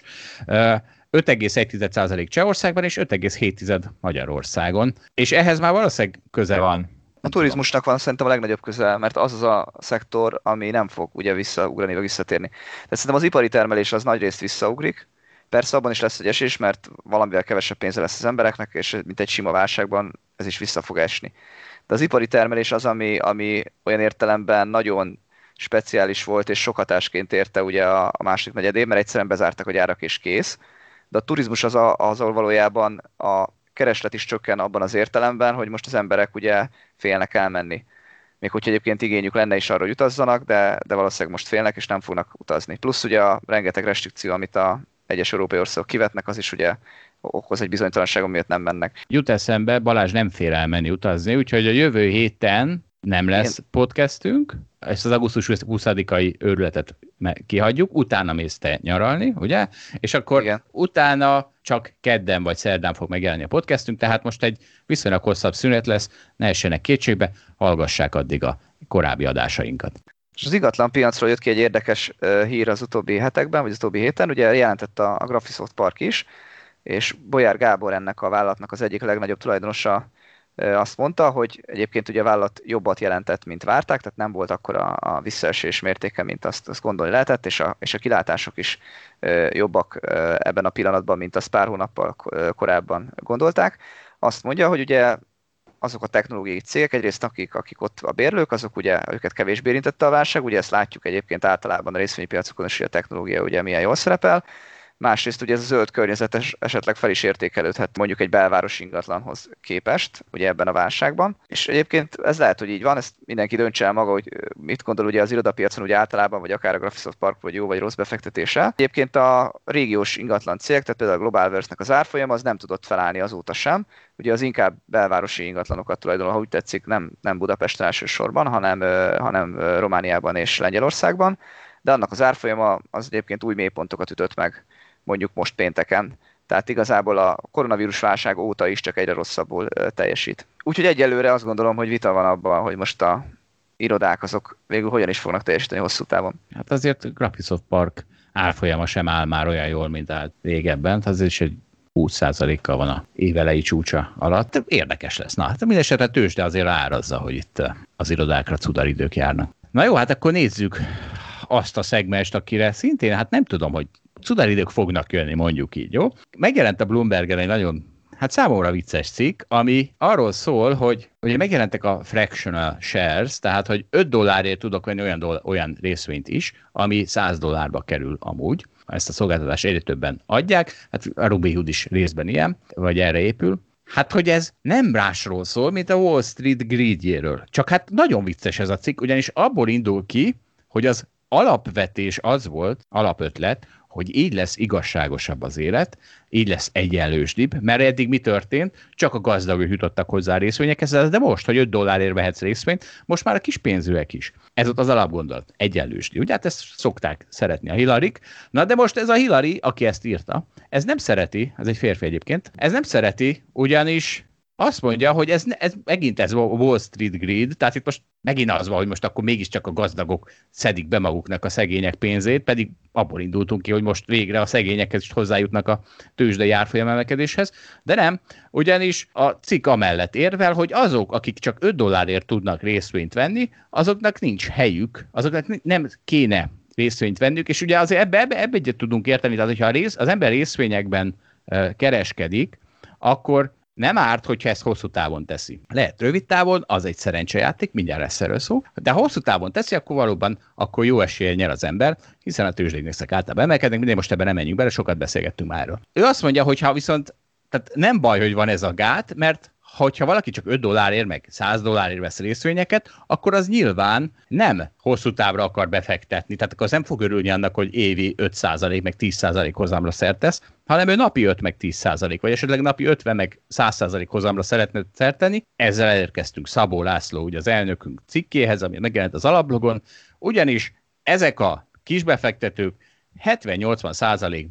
öt egész egy százalék Csehországban, és öt egész hét Magyarországon. És ehhez már valószínűleg köze van. A turizmusnak van szerintem a legnagyobb köze, mert az az a szektor, ami nem fog ugye visszaugrani, vagy visszatérni. Tehát szerintem az ipari termelés az nagy részt visszaugrik. Persze abban is lesz egy esés, mert valamivel kevesebb pénze lesz az embereknek, és mint egy sima válságban ez is vissza fog esni. De az ipari termelés az, ami, ami olyan értelemben nagyon speciális volt, és sok hatásként érte ugye a, a második negyedév, mert egyszerűen bezártak a gyárak és kész. De a turizmus az, a, az ahol valójában a kereslet is csökken abban az értelemben, hogy most az emberek ugye félnek elmenni. Még hogyha egyébként igényük lenne is arra, hogy utazzanak, de, de valószínűleg most félnek, és nem fognak utazni. Plusz ugye a rengeteg restrikció, amit a egyes európai országok kivetnek, az is ugye okoz egy bizonytalanságot, miatt nem mennek. Jut eszembe, Balázs nem fél elmenni utazni, úgyhogy a jövő héten nem lesz Igen. podcastünk, ezt az augusztus huszadikai őrületet kihagyjuk, utána mész te nyaralni, ugye? És akkor Igen. utána csak kedden vagy szerdán fog megjelenni a podcastünk, tehát most egy viszonylag hosszabb szünet lesz, ne essenek kétségbe, hallgassák addig a korábbi adásainkat. És az ingatlan piacról jött ki egy érdekes uh, hír az utóbbi hetekben, vagy az utóbbi héten, ugye jelentett a, a Graphisoft Park is, és Bolyár Gábor ennek a vállalatnak az egyik legnagyobb tulajdonosa uh, azt mondta, hogy egyébként ugye a vállalat jobbat jelentett, mint várták, tehát nem volt akkor a, a visszaesés mértéke, mint azt, azt gondolni lehetett, és a, és a kilátások is uh, jobbak uh, ebben a pillanatban, mint azt pár hónappal korábban gondolták. Azt mondja, hogy ugye azok a technológiai cégek, egyrészt akik, akik ott a bérlők, azok ugye őket kevésbé érintette a válság, ugye ezt látjuk egyébként általában a részvénypiacokon is, hogy a technológia ugye milyen jól szerepel. Másrészt ugye ez a zöld környezet esetleg fel is értékelődhet mondjuk egy belvárosi ingatlanhoz képest, ugye ebben a válságban. És egyébként ez lehet, hogy így van, ezt mindenki döntse el maga, hogy mit gondol ugye az irodapiacon ugye általában, vagy akár a Graphisoft Park, vagy jó vagy rossz befektetése. Egyébként a régiós ingatlan cég, tehát például a Globalverse-nek az árfolyam az nem tudott felállni azóta sem. Ugye az inkább belvárosi ingatlanokat tulajdonul, ha úgy tetszik, nem, nem Budapesten elsősorban, hanem, hanem Romániában és Lengyelországban. De annak az árfolyama az egyébként új mélypontokat ütött meg mondjuk most pénteken. Tehát igazából a koronavírus válság óta is csak egyre rosszabbul teljesít. Úgyhogy egyelőre azt gondolom, hogy vita van abban, hogy most a irodák azok végül hogyan is fognak teljesíteni hosszú távon. Hát azért Graphisoft Park árfolyama sem áll már olyan jól, mint állt régebben. Azért is egy húsz százalékkal van a évelei csúcsa alatt. Érdekes lesz. Na, hát mindesetre tőzsde azért árazza, hogy itt az irodákra cudaridők járnak. Na jó, hát akkor nézzük azt a szegmest, akire szintén, hát nem tudom, hogy cudaridők fognak jönni, mondjuk így, jó? Megjelent a Bloombergen egy nagyon, hát számomra vicces cikk, ami arról szól, hogy ugye megjelentek a fractional shares, tehát, hogy öt dollárért tudok venni olyan, dollár, olyan részvényt is, ami száz dollárba kerül amúgy. Ezt a szolgáltatást egyre többen adják, hát a Robinhood is részben ilyen, vagy erre épül. Hát, hogy ez nem másról szól, mint a Wall Street greedjéről. Csak hát nagyon vicces ez a cikk, ugyanis abból indul ki, hogy az alapvetés az volt, alapötlet, hogy így lesz igazságosabb az élet, így lesz egyenlősdibb, mert eddig mi történt? Csak a gazdagok jutottak hozzá a részvényekhez, de most, hogy öt dollárért vehetsz részvényt, most már a kis pénzűek is. Ez volt az alapgondolat, egyenlősdibb. Ugye hát ezt szokták szeretni a Hillaryk. Na de most ez a Hillary, aki ezt írta, ez nem szereti, ez egy férfi egyébként, ez nem szereti, ugyanis azt mondja, hogy ez, ez megint ez Wall Street greed, tehát itt most megint az van, hogy most akkor mégiscsak a gazdagok szedik be maguknak a szegények pénzét, pedig abból indultunk ki, hogy most végre a szegényekhez is hozzájutnak a tőzsdei árfolyamemelkedéshez, de nem, ugyanis a cikk amellett érvel, hogy azok, akik csak öt dollárért tudnak részvényt venni, azoknak nincs helyük, azoknak nem kéne részvényt vennük, és ugye azért ebbe, ebbe, ebbe egyet tudunk érteni, tehát hogyha a rész, az ember részvényekben uh, kereskedik, akkor nem árt, hogyha ezt hosszú távon teszi. Lehet rövid távon, az egy szerencsejáték, mindjárt lesz erről szó, de ha hosszú távon teszi, akkor valóban akkor jó eséllyel nyer az ember, hiszen a tőzsdéknek általában emelkednek, mindegy, most ebben nem menjünk bele, sokat beszélgettünk már erről. Ő azt mondja, hogy ha viszont, tehát nem baj, hogy van ez a gát, mert hogyha valaki csak öt dollárért, meg száz dollárért vesz részvényeket, akkor az nyilván nem hosszú távra akar befektetni. Tehát akkor az nem fog örülni annak, hogy évi öt százalék, meg tíz százalék hozamra szert tesz, hanem ő napi öt, meg tíz százalék, vagy esetleg napi ötven, meg száz százalék hozamra szeretne szerteni. Ezzel elérkeztünk Szabó László, ugye az elnökünk cikkéhez, ami megjelent az alapblogon, ugyanis ezek a kisbefektetők hetven-nyolcvan százalékban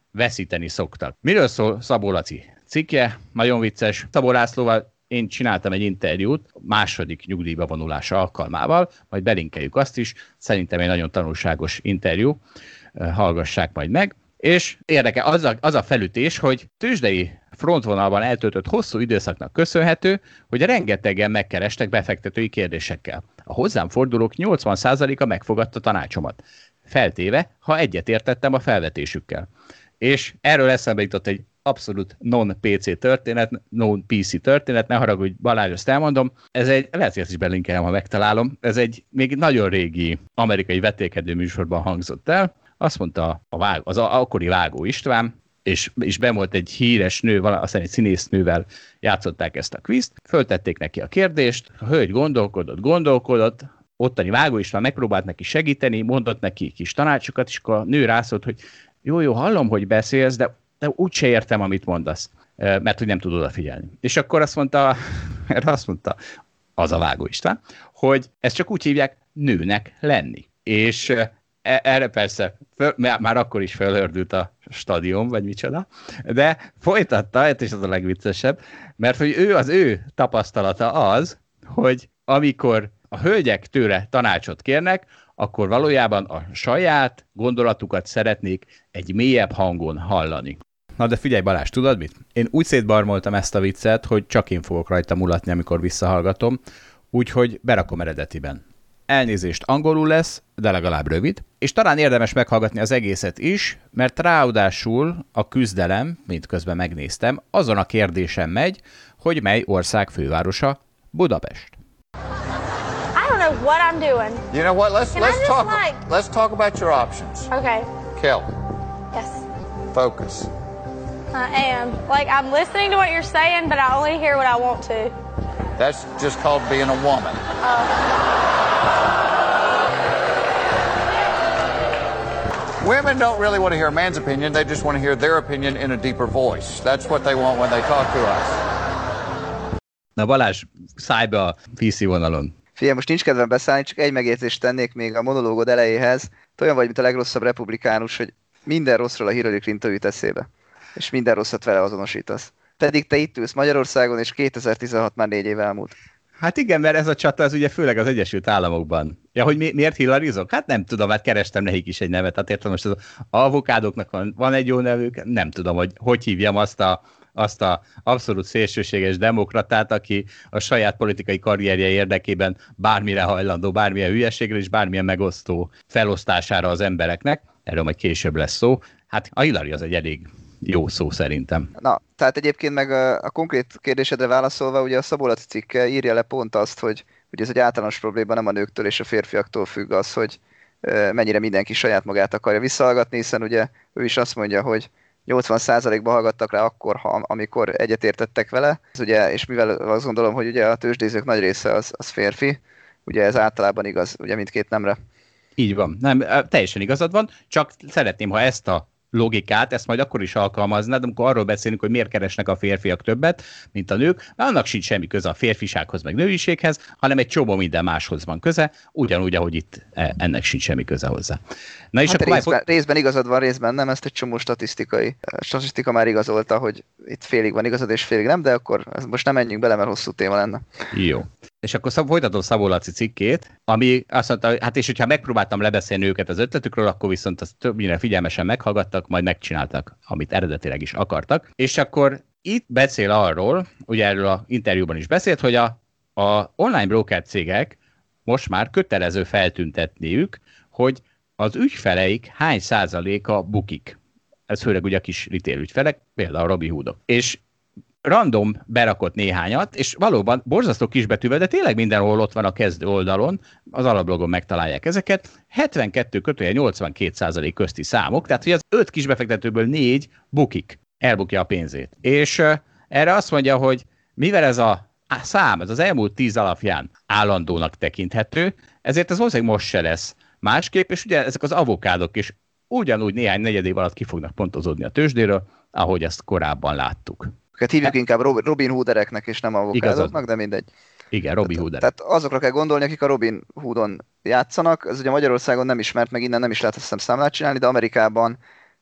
veszíteni szoktak. Miről szól Szabó Laci cikkje? Nagyon vicces. Szabó Lászlóval én csináltam egy interjút második nyugdíjba vonulása alkalmával, majd belinkeljük azt is. Szerintem egy nagyon tanulságos interjú. Hallgassák majd meg. És érdekel az a, az a felütés, hogy tőzsdei frontvonalban eltöltött hosszú időszaknak köszönhető, hogy rengetegen megkerestek befektetői kérdésekkel. A hozzám fordulók nyolcvan százaléka megfogadta tanácsomat. Feltéve, ha egyetértettem a felvetésükkel. És erről eszembe jutott egy abszolút non-pé cé történet, non-pé cé történet, ne haragudj, Balázs, ezt elmondom. Ez egy, lehet, hogy ezt is belinkeljem, ha megtalálom, ez egy még nagyon régi amerikai vetélkedő műsorban hangzott el. Azt mondta a vág, az a, akkori Vágó István, és, és ben volt egy híres nő, aztán egy színésznővel játszották ezt a kvízt, föltették neki a kérdést, a hölgy gondolkodott, gondolkodott, ottani Vágó István megpróbált neki segíteni, mondott neki kis tanácsokat, és akkor a nő rászólt, hogy jó, jó, hallom, hogy beszélsz, de, de úgyse értem, amit mondasz, mert hogy nem tud odafigyelni. És akkor azt mondta, azt mondta az a Vágó István, hogy ezt csak úgy hívják nőnek lenni. És erre persze, föl, már akkor is felhördült a stadion, vagy micsoda, de folytatta, és az a legviccesebb, mert hogy ő, az ő tapasztalata az, hogy amikor a hölgyek tőle tanácsot kérnek, akkor valójában a saját gondolatukat szeretnék egy mélyebb hangon hallani. Na de figyelj Balázs, tudod mit? Én úgy szétbarmoltam ezt a viccet, hogy csak én fogok rajta mulatni, amikor visszahallgatom, úgyhogy berakom eredetiben. Elnézést, angolul lesz, de legalább rövid, és talán érdemes meghallgatni az egészet is, mert ráadásul a küzdelem, mint közben megnéztem, azon a kérdésen megy, hogy mely ország fővárosa Budapest. I don't know what I'm doing. You know what? Let's Can let's I just, talk. like- Let's talk about your options. Okay. Kel, Yes. focus. I am. Like, I'm listening to what you're saying, but I only hear what I want to. That's just called being a woman. Women don't really want to hear a man's opinion. They just want to hear their opinion in a deeper voice. That's what they want when they talk to us. Na Balázs, szállj be a pé cé vonalon. Figyelj, most nincs kedvem beszállni, csak egy megjegyzést tennék még a monológod elejéhez. Te olyan vagy, mint a legrosszabb republikánus, hogy minden rosszról a Hillary Clinton jut eszébe. És minden rosszat vele azonosítasz. Pedig te itt ülsz Magyarországon, és kétezer-tizenhat már négy év elmúlt. Hát igen, mert ez a csata az ugye főleg az Egyesült Államokban. Ja, hogy mi, miért Hillaryzok? Hát nem tudom, hát kerestem nekik is egy nevet. Hát értem, most az avokádoknak van, van egy jó nevük, nem tudom, hogy hogy hívjam azt a, azt a abszolút szélsőséges demokratát, aki a saját politikai karrierje érdekében bármire hajlandó, bármilyen hülyeségre és bármilyen megosztó felosztására az embereknek. Erről majd később lesz szó. Hát a Hillary az egy elég jó szó szerintem. Na, tehát egyébként meg a, a konkrét kérdésedre válaszolva, ugye a Szabó Laci cikke írja le pont azt, hogy ugye ez egy általános probléma, nem a nőktől és a férfiaktól függ az, hogy e, mennyire mindenki saját magát akarja visszahallgatni, hiszen ugye ő is azt mondja, hogy nyolcvan százalékban hallgattak rá akkor, ha, amikor egyetértettek vele. Ez ugye, és mivel azt gondolom, hogy ugye a tőzsdézők nagy része az, az férfi, ugye ez általában igaz, ugye mindkét nemre. Így van. Nem, teljesen igazad van, csak szeretném, ha ezt a logikát, ezt majd akkor is alkalmaznád, amikor arról beszélünk, hogy miért keresnek a férfiak többet, mint a nők, mert annak sincs semmi köze a férfisághoz, meg nőiséghez, hanem egy csomó minden máshoz van köze, ugyanúgy, ahogy itt ennek sincs semmi köze hozzá. Na és hát akkor részben, már... részben igazad van, részben nem, ezt egy csomó statisztikai statisztika már igazolta, hogy itt félig van igazad és félig nem, de akkor most nem menjünk bele, mert hosszú téma lenne. Jó. És akkor szab, folytatom Szabó Laci cikkét, ami azt mondta, hát és hogyha megpróbáltam lebeszélni őket az ötletükről, akkor viszont azt többnyire figyelmesen meghallgattak, majd megcsináltak, amit eredetileg is akartak. És akkor itt beszél arról, ugye erről az interjúban is beszélt, hogy a, a online broker cégek most már kötelező feltüntetniük, hogy az ügyfeleik hány százaléka bukik. Ez főleg ugye a kis retail ügyfelek, például a Robinhoodok. És random berakott néhányat, és valóban borzasztó kisbetűvel, de tényleg mindenhol ott van a kezdő oldalon, az alapblogon megtalálják ezeket, hetvenkettő kötője nyolcvankét százalék közti számok, tehát hogy az öt kisbefektetőből négy bukik, elbukja a pénzét. És uh, erre azt mondja, hogy mivel ez a szám, ez az elmúlt tíz alapján állandónak tekinthető, ezért ez valószínűleg most se lesz másképp, és ugye ezek az avokádok is ugyanúgy néhány negyed év alatt ki fognak pontozódni a tőzsdéről, ahogy ezt korábban láttuk. Hát hívjuk inkább Robin Hoodereknek és nem avokádoknak, de mindegy. Igen, Robin Hooderek. Tehát azokra kell gondolni, akik a Robin Hoodon játszanak. Ez ugye Magyarországon nem ismert, meg innen nem is lehet azt hiszem számlát csinálni, de Amerikában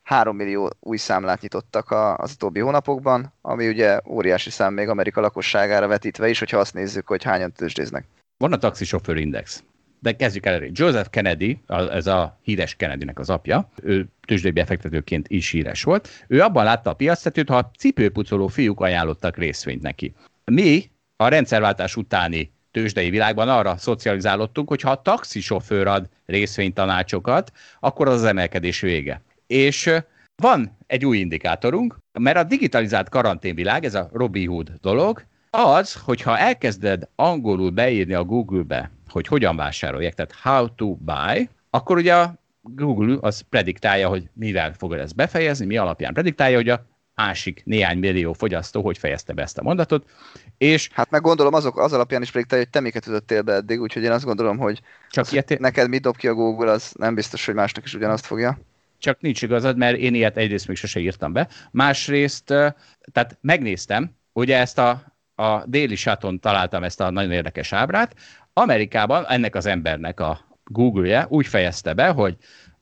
három millió új számlát nyitottak az utóbbi hónapokban, ami ugye óriási szám még Amerika lakosságára vetítve is, hogyha azt nézzük, hogy hányan tőzsdéznek. Van a taxisofőr index. De kezdjük el. Joseph Kennedy, ez a híres Kennedynek az apja, ő tőzsdei befektetőként is híres volt. Ő abban látta a piactetőt, ha a cipőpucoló fiúk ajánlottak részvényt neki. Mi a rendszerváltás utáni tőzsdei világban arra szocializálódtunk, hogy ha a taxisofőr ad részvénytanácsokat, akkor az az emelkedés vége. És van egy új indikátorunk, mert a digitalizált karanténvilág, ez a Robinhood dolog, az, hogyha elkezded angolul beírni a Google-be, hogy hogyan vásárolják, tehát how to buy, akkor ugye a Google az prediktálja, hogy mivel fogod ezt befejezni, mi alapján prediktálja, hogy a másik néhány millió fogyasztó hogy fejezte be ezt a mondatot. És hát meg gondolom azok, az alapján is prediktálja, hogy te miket ütöttél be eddig, úgyhogy én azt gondolom, hogy csak az, ilyet... neked mit dob ki a Google, az nem biztos, hogy másnak is ugyanazt fogja. Csak nincs igazad, mert én ilyet egyrészt még sose írtam be. Másrészt, tehát megnéztem, ugye ezt a, a Daily Shot-on találtam ezt a nagyon érdekes ábrát. Amerikában ennek az embernek a Google-je úgy fejezte be, hogy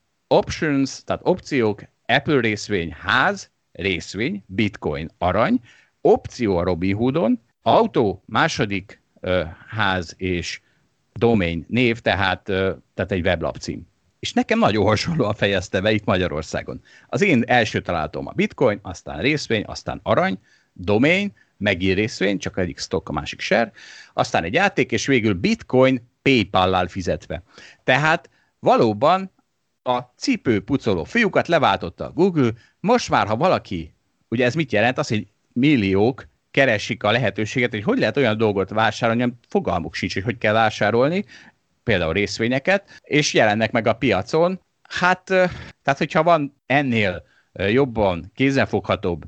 options, tehát opciók, Apple részvény, ház, részvény, bitcoin, arany, opció a Robinhoodon, autó, második ö, ház és domain név, tehát, ö, tehát egy weblap cím. És nekem nagyon hasonlóan fejezte be itt Magyarországon. Az én első találatom a bitcoin, aztán részvény, aztán arany, domain, megír részvény, csak egyik stock, a másik share, aztán egy játék, és végül bitcoin PayPal-lal fizetve. Tehát valóban a cipőpucoló fiúkat leváltotta a Google, most már, ha valaki, ugye ez mit jelent? Az, hogy milliók keresik a lehetőséget, hogy hogy lehet olyan dolgot vásárolni, nem fogalmuk sincs, hogy hogy kell vásárolni, például részvényeket, és jelennek meg a piacon. Hát, tehát hogyha van ennél jobban kézenfoghatóbb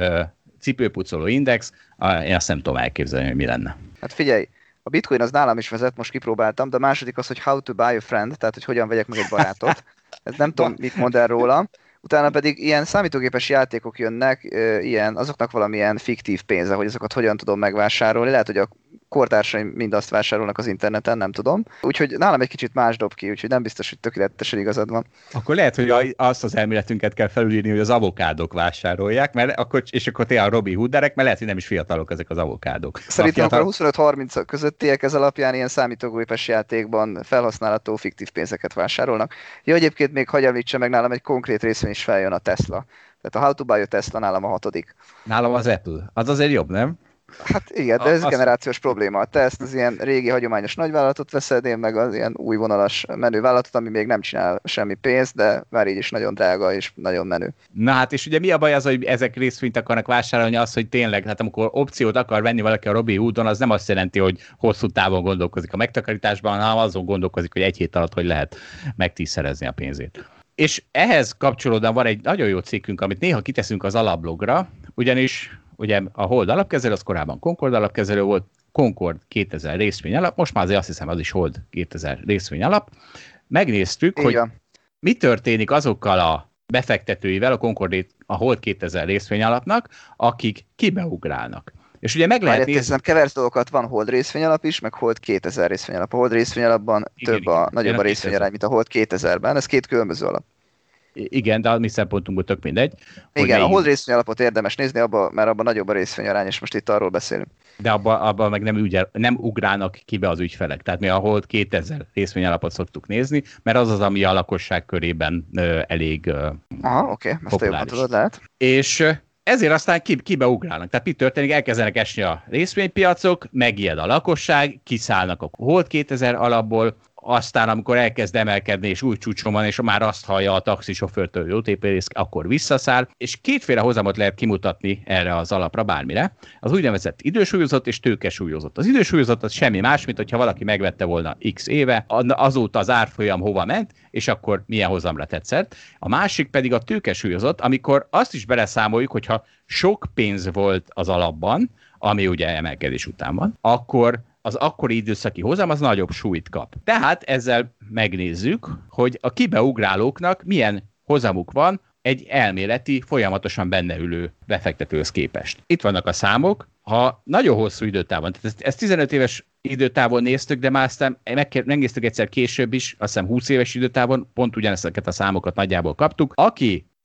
cipőpucoló index, én azt nem tudom elképzelni, hogy mi lenne. Hát figyelj, a bitcoin az nálam is vezet, most kipróbáltam, de a második az, hogy how to buy a friend, tehát hogy hogyan vegyek meg egy barátot. Ez nem tudom, mit mond el róla. Utána pedig ilyen számítógépes játékok jönnek, ilyen, azoknak valamilyen fiktív pénze, hogy azokat hogyan tudom megvásárolni. Lehet, hogy a kortársaim mind azt vásárolnak az interneten, nem tudom. Úgyhogy nálam egy kicsit más dob ki, úgyhogy nem biztos, hogy tökéletesen igazad van. Akkor lehet, hogy azt az elméletünket kell felülírni, hogy az avokádok vásárolják, mert akkor, és akkor tényleg a Robinhooderek, mert lehet, hogy nem is fiatalok ezek az avokádok. Szerintem a fiatal... akkor a huszonöt harminc közöttiek ez alapján ilyen számítógépes játékban felhasználható fiktív pénzeket vásárolnak. Ja, egyébként még hagyj említse meg, nálam egy konkrét részvény is feljön a Tesla. Tehát a How to Buy a Tesla nálam a hatodik. Nálam az Apple. Az azért jobb, nem? Hát igen, de ez a, generációs probléma. Te ezt az ilyen régi, hagyományos nagyvállalatot veszed, én meg az ilyen új vonalas menő vállalatot, ami még nem csinál semmi pénzt, de már így is nagyon drága és nagyon menő. Na hát, és ugye mi a baj az, hogy ezek részvényt akarnak vásárolni, az, hogy tényleg, hát amikor opciót akar venni valaki a Robinhoodon, az nem azt jelenti, hogy hosszú távon gondolkozik a megtakarításban, hanem azon gondolkozik, hogy egy hét alatt hogy lehet megtízszerezni a pénzét. És ehhez kapcsolódóan van egy nagyon jó cikkünk, amit néha kiteszünk az alapblogra, ugyanis ugye a Hold alapkezelő, az korábban Concord alapkezelő volt, Concord kétezer részvény alap, most már azért azt hiszem az is Hold kétezer részvény alap. Megnéztük, igen, hogy mi történik azokkal a befektetőivel a Concord, a Hold kétezer részvény alapnak, akik kibeugrálnak. És ugye meg lehet nézni... Nézzem, keversz dolgokat, van Hold részvényalap is, meg Hold kétezer részvényalap. A Hold részvényalapban igen, több a, igen, nagyobb a részvényarány, mint a Hold kétezerben. Ez két különböző alap. Igen, de a mi szempontunkból tök mindegy. Igen, a Hold részvényalapot érdemes nézni, abba, mert abban nagyobb a részvényarány, és most itt arról beszélünk. De abban abba meg nem, ügyel, nem ugrálnak ki be az ügyfelek. Tehát mi a Hold kétezer részvényalapot szoktuk nézni, mert az az, ami a lakosság körében ö, elég ö, Aha, oké, okay. Ezt jobban tudod, lehet. És ezért aztán ki, kibeugrálnak. Tehát mi történik? Elkezdenek esni a részvénypiacok, megijed a lakosság, kiszállnak a Hold kétezer alapból, aztán amikor elkezd emelkedni, és új csúcson van, és már azt hallja a taxisofőrtől, hogy o té pé részt, akkor visszaszáll, és kétféle hozamot lehet kimutatni erre az alapra bármire. Az úgynevezett idősúlyozott és tőkesúlyozott. Az idősúlyozott az semmi más, mint hogyha valaki megvette volna x éve, azóta az árfolyam hova ment, és akkor milyen hozamra tetszett. A másik pedig a tőkesúlyozott, amikor azt is beleszámoljuk, hogyha sok pénz volt az alapban, ami ugye emelkedés után van, akkor az akkori időszaki hozam az nagyobb súlyt kap. Tehát ezzel megnézzük, hogy a kibeugrálóknak milyen hozamuk van egy elméleti, folyamatosan benne ülő befektetőhöz képest. Itt vannak a számok, ha nagyon hosszú időtávon, tehát ezt, ezt tizenöt éves időtávon néztük, de már aztán megnéztük egyszer később is, azt hiszem húsz éves időtávon, pont ugyanezeket a számokat nagyjából kaptuk. Aki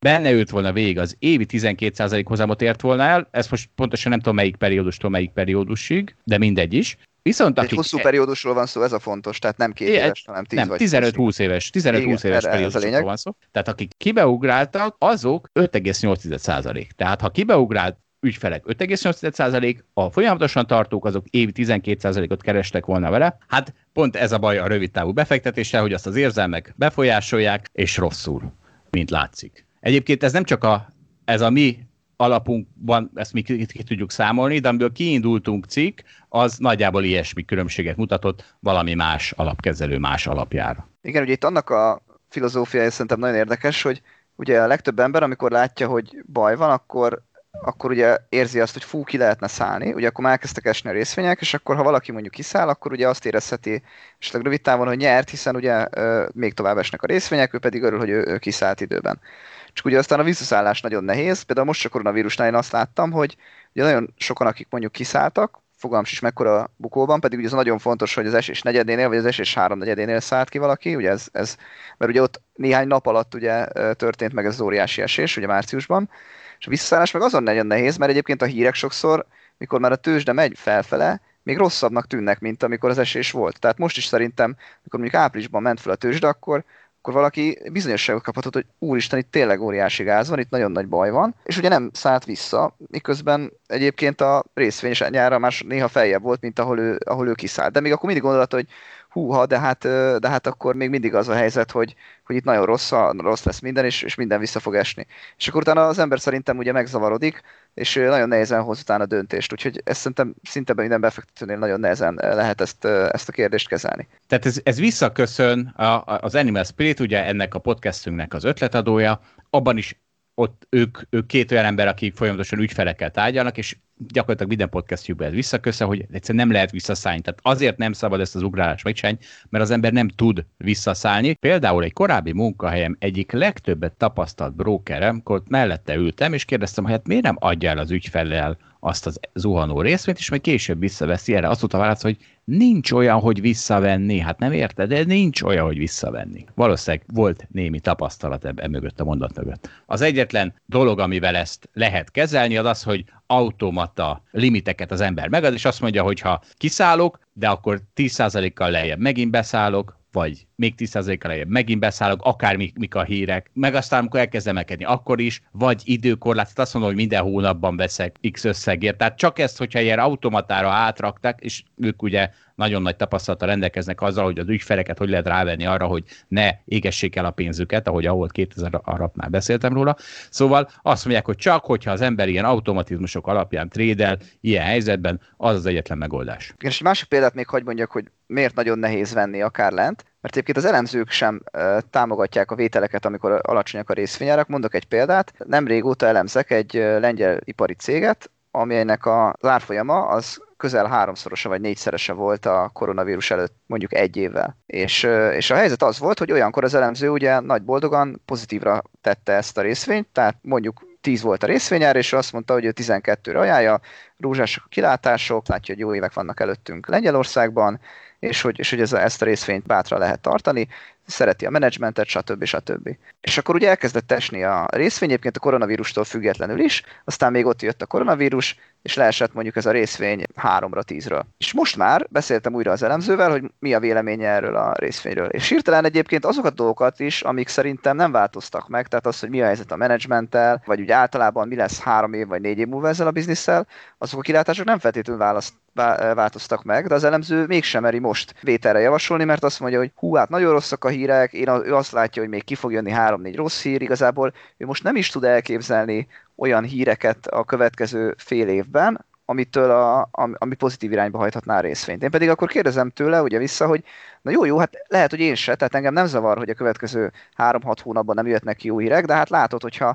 benne ült volna végig, az évi tizenkét százalék hozamot ért volna el, ez most pontosan nem tudom melyik periódustól melyik periódusig, de mindegy is. Viszont egy akik... hosszú periódusról van szó, ez a fontos, tehát nem két é, éves, hanem tíz nem, vagy tizenöt-húsz éves, tizenöt-húsz éves periódusokról van szó. Tehát akik kibeugráltak, azok öt egész nyolc százalék. Tehát ha kibeugrált ügyfelek öt egész nyolc százalék, a folyamatosan tartók azok évi tizenkét százalékot kerestek volna vele. Hát pont ez a baj a rövidtávú befektetéssel, hogy azt az érzelmek befolyásolják, és rosszul, mint látszik. Egyébként ez nem csak a, ez a mi alapunkban, ezt mi ki, ki tudjuk számolni, de amiből kiindultunk cikk, az nagyjából ilyesmi különbséget mutatott valami más alapkezelő más alapjára. Igen, ugye itt annak a filozófiája szerintem nagyon érdekes, hogy ugye a legtöbb ember, amikor látja, hogy baj van, akkor akkor ugye érzi azt, hogy fú, ki lehetne szállni, ugye akkor már elkezdtek esni a részvények, és akkor ha valaki mondjuk kiszáll, akkor ugye azt érezheti esetleg rövid távon, hogy nyert, hiszen ugye ö, még tovább esnek a részvények, ő pedig örül, hogy ő, ő kiszállt időben. Csak ugye aztán a visszaszállás nagyon nehéz, például most a koronavírusnál én azt láttam, hogy ugye nagyon sokan, akik mondjuk kiszálltak, fogalmam is mekkora bukóban, pedig ugye ez nagyon fontos, hogy az esés negyedénél, vagy az esés háromnegyedénél szállt ki valaki, ugye ez, ez, mert ugye ott néhány nap alatt ugye történt meg ez az óriási esés, ugye márciusban, és a visszaszállás meg azon nagyon nehéz, mert egyébként a hírek sokszor, mikor már a tőzsde megy felfele, még rosszabbnak tűnnek, mint amikor az esés volt. Tehát most is szerintem, amikor mondjuk áprilisban ment fel a tőzsde, akkor, akkor valaki bizonyosságot kaphatott, hogy úristen, itt tényleg óriási gáz van, itt nagyon nagy baj van, és ugye nem szállt vissza, miközben egyébként a részvény is nyára már néha feljebb volt, mint ahol ő, ahol ő kiszállt. De még akkor mindig gondolta, hogy húha, de hát, de hát akkor még mindig az a helyzet, hogy, hogy itt nagyon rossz, rossz lesz minden, és, és minden vissza fog esni. És akkor utána az ember szerintem ugye megzavarodik, és nagyon nehezen hoz utána döntést. Úgyhogy ezt szerintem szinte minden befektetőnél nagyon nehezen lehet ezt, ezt a kérdést kezelni. Tehát ez, ez visszaköszön a, az Animal Spirit, ugye ennek a podcastünknek az ötletadója, abban is ott ők, ők két olyan ember, akik folyamatosan ügyfelekkel tárgyalnak, és gyakorlatilag minden podcastjukban ez visszaköszön, hogy egyszerűen nem lehet visszaszállni. Tehát azért nem szabad ezt az ugrálást megcsinálni, mert az ember nem tud visszaszállni. Például egy korábbi munkahelyem egyik legtöbbet tapasztalt brókerem, akkor mellette ültem, és kérdeztem, hogy hát miért nem adja el az ügyfellel azt az zuhanó részvényt, és majd később visszaveszi. Erre azt mondta a válasz, hogy nincs olyan, hogy visszavenni. Hát nem érted, de nincs olyan, hogy visszavenni. Valószínűleg volt némi tapasztalat ebben mögött, a mondat mögött. Az egyetlen dolog, amivel ezt lehet kezelni, az az, hogy automata limiteket az ember megad, és azt mondja, hogy ha kiszállok, de akkor tíz százalékkal lejjebb megint beszállok, vagy még tíz százalékkal lejjebb megint beszállok, akár mik, mik a hírek, meg aztán, amikor elkezd emelkedni, akkor is, vagy időkorlátot, azt mondom, hogy minden hónapban veszek X összegért. Tehát csak ezt, hogyha ilyen automatára átrakták, és ők ugye nagyon nagy tapasztalattal rendelkeznek azzal, hogy az ügyfeleket hogy lehet rávenni arra, hogy ne égessék el a pénzüket, ahogy ahol kétezer arra már beszéltem róla. Szóval azt mondják, hogy csak, hogyha az ember ilyen automatizmusok alapján trédel, ilyen helyzetben, az az egyetlen megoldás. És egy másik példát még hadd mondjak, hogy miért nagyon nehéz venni akár lent, mert egyébként az elemzők sem uh, támogatják a vételeket, amikor alacsonyak a részvényárak. Mondok egy példát. Nem régóta elemzek egy uh, lengyel ipari céget, amelynek az árfolyama az közel háromszorosa vagy négyszerese volt a koronavírus előtt mondjuk egy évvel. És, és a helyzet az volt, hogy olyankor az elemző ugye nagy boldogan pozitívra tette ezt a részvényt, tehát mondjuk tíz volt a részvényár, és azt mondta, hogy ő tizenkettőre ajánlja, rózsások a kilátások, látja, hogy jó évek vannak előttünk Lengyelországban, és hogy, és hogy ez, ezt a részvényt bátran lehet tartani, szereti a menedzsmentet, stb. stb. És akkor ugye elkezdett esni a részvény, egyébként a koronavírustól függetlenül is, aztán még ott jött a koronavírus, és leesett mondjuk ez a részvény háromra tízről. És most már beszéltem újra az elemzővel, hogy mi a véleménye erről a részvényről. És hirtelen egyébként azokat a dolgokat is, amik szerintem nem változtak meg, tehát az, hogy mi a helyzet a menedzsmenttel, vagy úgy általában mi lesz három év vagy négy év múlva ezzel a biznisszel, azok a kilátások nem feltétlenül választ változtak meg, de az elemző mégsem meri most vételre javasolni, mert azt mondja, hogy hú, hát nagyon rosszak a hírek, én ő azt látja, hogy még ki fog jönni három-négy rossz hír, igazából ő most nem is tud elképzelni olyan híreket a következő fél évben, amitől a, ami pozitív irányba hajthatná a részvényt. Én pedig akkor kérdezem tőle ugye vissza, hogy na jó, jó, hát lehet, hogy én se, tehát engem nem zavar, hogy a következő három-hat hónapban nem jöhetnek ki jó hírek, de hát látod, hogyha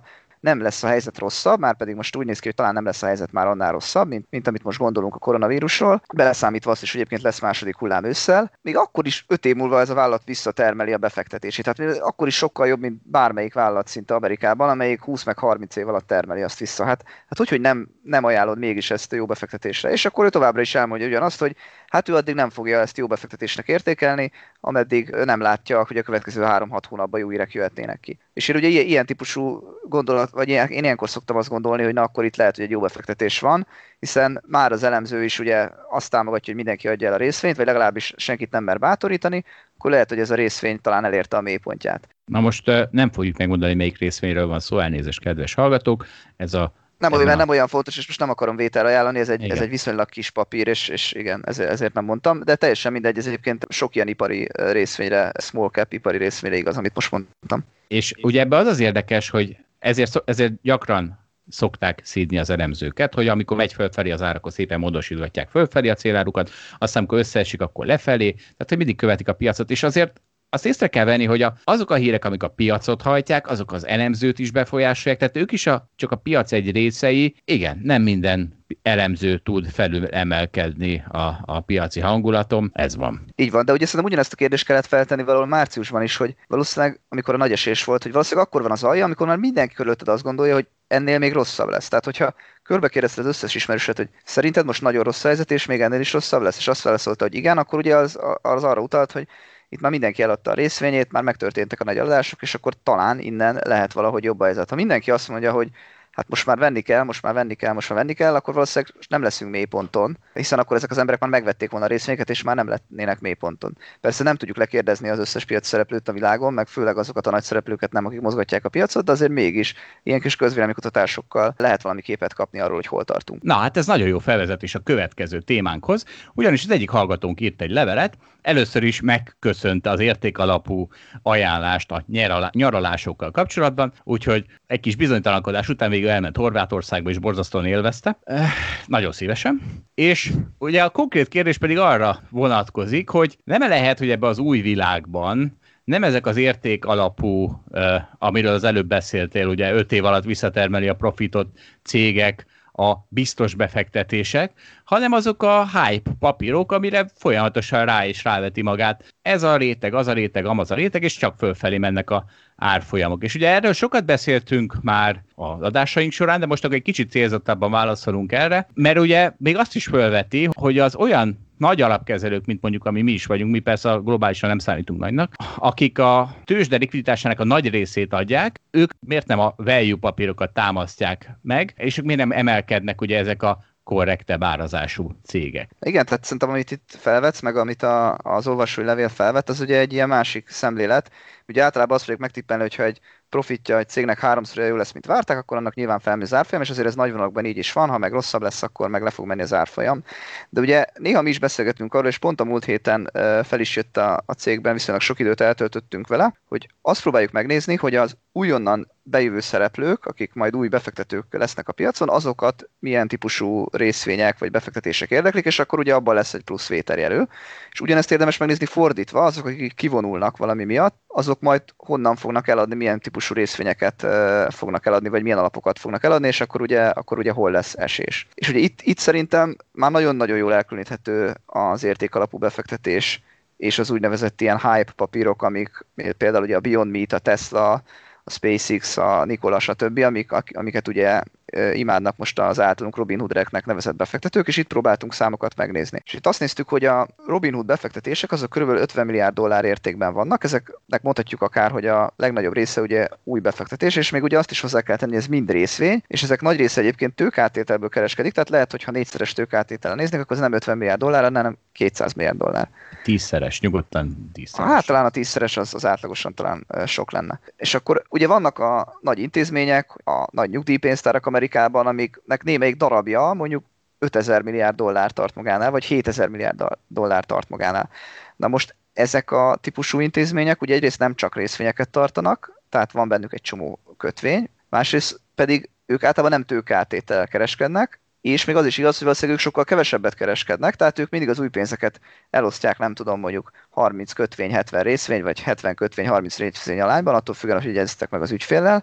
nem lesz a helyzet rosszabb, már pedig most úgy néz ki, hogy talán nem lesz a helyzet már annál rosszabb, mint, mint amit most gondolunk a koronavírusról, beleszámítva azt is, hogy egyébként lesz második hullám ősszel, még akkor is öt év múlva ez a vállalat visszatermeli a befektetését. Tehát akkor is sokkal jobb, mint bármelyik vállalat szinte Amerikában, amelyik húsz meg harminc év alatt termeli azt vissza. Hát, hát úgy, hogy nem, nem ajánlod mégis ezt a jó befektetésre. És akkor ő továbbra is elmondja ugyanazt, hogy hát ő addig nem fogja ezt jó befektetésnek értékelni, ameddig nem látja, hogy a következő három-hat hónapban jó hírek jöhetnének ki. És én ugye ilyen, ilyen típusú gondolat, vagy ilyen, én ilyenkor szoktam azt gondolni, hogy na akkor itt lehet, hogy egy jó befektetés van, hiszen már az elemző is ugye azt támogatja, hogy mindenki adja el a részvényt, vagy legalábbis senkit nem mer bátorítani, akkor lehet, hogy ez a részvény talán elérte a mélypontját. Na most nem fogjuk megmondani, melyik részvényről van szó, elnézést, kedves hallgatók. Ez a Nem, ez olyan, a... nem olyan fontos, és most nem akarom vételre ajánlani, ez egy, ez egy viszonylag kis papír, és, és igen, ezért, ezért nem mondtam, de teljesen mindegy, ez egyébként sok ilyen ipari részvényre, small cap ipari részvényre igaz, amit most mondtam. És ugye ebben az az érdekes, hogy ezért, ezért gyakran szokták szídni az elemzőket, hogy amikor megy fölfelé az árak, akkor szépen módosítgatják fölfelé a célárukat, aztán amikor összeesik, akkor lefelé, tehát hogy mindig követik a piacot, és azért azt észre kell venni, hogy a, azok a hírek, amik a piacot hajtják, azok az elemzőt is befolyásolják, tehát ők is a, csak a piac egy részei. Igen, nem minden elemző tud felül emelkedni a, a piaci hangulatom, ez van. Így van, de ugye szerintem ugyanezt a kérdést kellett feltenni valahol márciusban is, hogy valószínűleg, amikor a nagy esés volt, hogy valószínűleg akkor van az alja, amikor már mindenki körülötted azt gondolja, hogy ennél még rosszabb lesz. Tehát, hogyha körbe kérdezted az összes ismerőset, hogy szerinted most nagyon rossz a helyzet, és még ennél is rosszabb lesz, és azt válaszolta, hogy igen, akkor ugye az, az arra utalt, hogy itt már mindenki eladta a részvényét, már megtörténtek a nagy eladások, és akkor talán innen lehet valahogy jobb a helyzet. Ha mindenki azt mondja, hogy hát most már venni kell, most már venni kell, most már venni kell, akkor valószínűleg nem leszünk mélyponton, hiszen akkor ezek az emberek már megvették volna a részvényeket, és már nem lennének mélyponton. Persze nem tudjuk lekérdezni az összes piac szereplőt a világon, meg főleg azokat a nagy szereplőket nem, akik mozgatják a piacot, de azért mégis ilyen kis közvéleménykutatásokkal lehet valami képet kapni arról, hogy hol tartunk. Na hát ez nagyon jó felvezetés a következő témánkhoz, ugyanis az egyik hallgatónk írt egy levelet, először is megköszönte az értékalapú ajánlást a nyaralásokkal kapcsolatban, úgyhogy egy kis bizonytalankodás után végül elment Horvátországba, és borzasztóan élvezte. Eh, nagyon szívesen. És ugye a konkrét kérdés pedig arra vonatkozik, hogy nem lehet, hogy ebbe az új világban nem ezek az érték alapú, eh, amiről az előbb beszéltél, ugye öt év alatt visszatermeli a profitot cégek, a biztos befektetések, hanem azok a hype papírok, amire folyamatosan rá és ráveti magát. Ez a réteg, az a réteg, amaz a réteg, és csak fölfelé mennek a árfolyamok. És ugye erről sokat beszéltünk már az adásaink során, de most akkor egy kicsit célzottabban válaszolunk erre, mert ugye még azt is fölveti, hogy az olyan nagy alapkezelők, mint mondjuk ami mi is vagyunk, mi persze globálisan nem számítunk nagynak, akik a tőzsde likviditásának a nagy részét adják, ők miért nem a value papírokat támasztják meg, és ők miért nem emelkednek ugye ezek a korrektebb árazású cégek. Igen, tehát szerintem amit itt felvetsz, meg amit a, az olvasói levél felvett, az ugye egy ilyen másik szemlélet. Ugye általában azt fogjuk megtippelni, hogyha egy profitja egy cégnek háromszor jó lesz, mint várták, akkor annak nyilván felmegy az árfolyam, és azért ez nagy vonalakban így is van, ha meg rosszabb lesz, akkor meg le fog menni az árfolyam. De ugye néha mi is beszélgetünk arról, és pont a múlt héten fel is jött a, a cégben, viszonylag sok időt eltöltöttünk vele, hogy azt próbáljuk megnézni, hogy az újonnan bejövő szereplők, akik majd új befektetők lesznek a piacon, azokat milyen típusú részvények vagy befektetések érdeklik, és akkor ugye abban lesz egy plusz vételjelő. És ugyanezt érdemes megnézni fordítva, azok, akik kivonulnak valami miatt, azok majd honnan fognak eladni, milyen típusú részvényeket uh, fognak eladni, vagy milyen alapokat fognak eladni, és akkor ugye, akkor ugye hol lesz esés. És ugye itt, itt szerintem már nagyon-nagyon jól elkülöníthető az értékalapú befektetés és az úgynevezett ilyen hype papírok, amik például ugye a Beyond Meat, a Tesla, a SpaceX, a Nikola, stb., amik, amiket ugye imádnak most az általunk Robinhoodreknek nevezett befektetők, és itt próbáltunk számokat megnézni. És itt azt néztük, hogy a Robinhood befektetések azok körülbelül ötven milliárd dollár értékben vannak, ezeknek mondhatjuk akár, hogy a legnagyobb része ugye új befektetés, és még ugye azt is hozzá kell tenni, hogy ez mind részvény, és ezek nagy része egyébként tőkeáttételből kereskedik, tehát lehet, hogy ha négyszeres tőkeáttétellel néznek, akkor ez nem ötven milliárd dollár, hanem kétszáz milliárd dollár. Tízszeres, nyugodtan tízszeres. Hát talán a tízszeres az, az átlagosan talán sok lenne. És akkor ugye vannak a nagy intézmények, a nagy nyugdíjpénztárak Amerikában, amiknek némelyik darabja mondjuk ötezer milliárd dollár tart magánál, vagy hétezer milliárd dollár tart magánál. Na most ezek a típusú intézmények ugye egyrészt nem csak részvényeket tartanak, tehát van bennük egy csomó kötvény, másrészt pedig ők általában nem tőkeáttétellel kereskednek, és még az is igaz, hogy valószínűleg ők sokkal kevesebbet kereskednek, tehát ők mindig az új pénzeket elosztják, nem tudom, mondjuk harminc kötvény, hetven részvény, vagy hetven kötvény, harminc részvény alányban, attól függően, hogy jegyeztek meg az ügyféllel,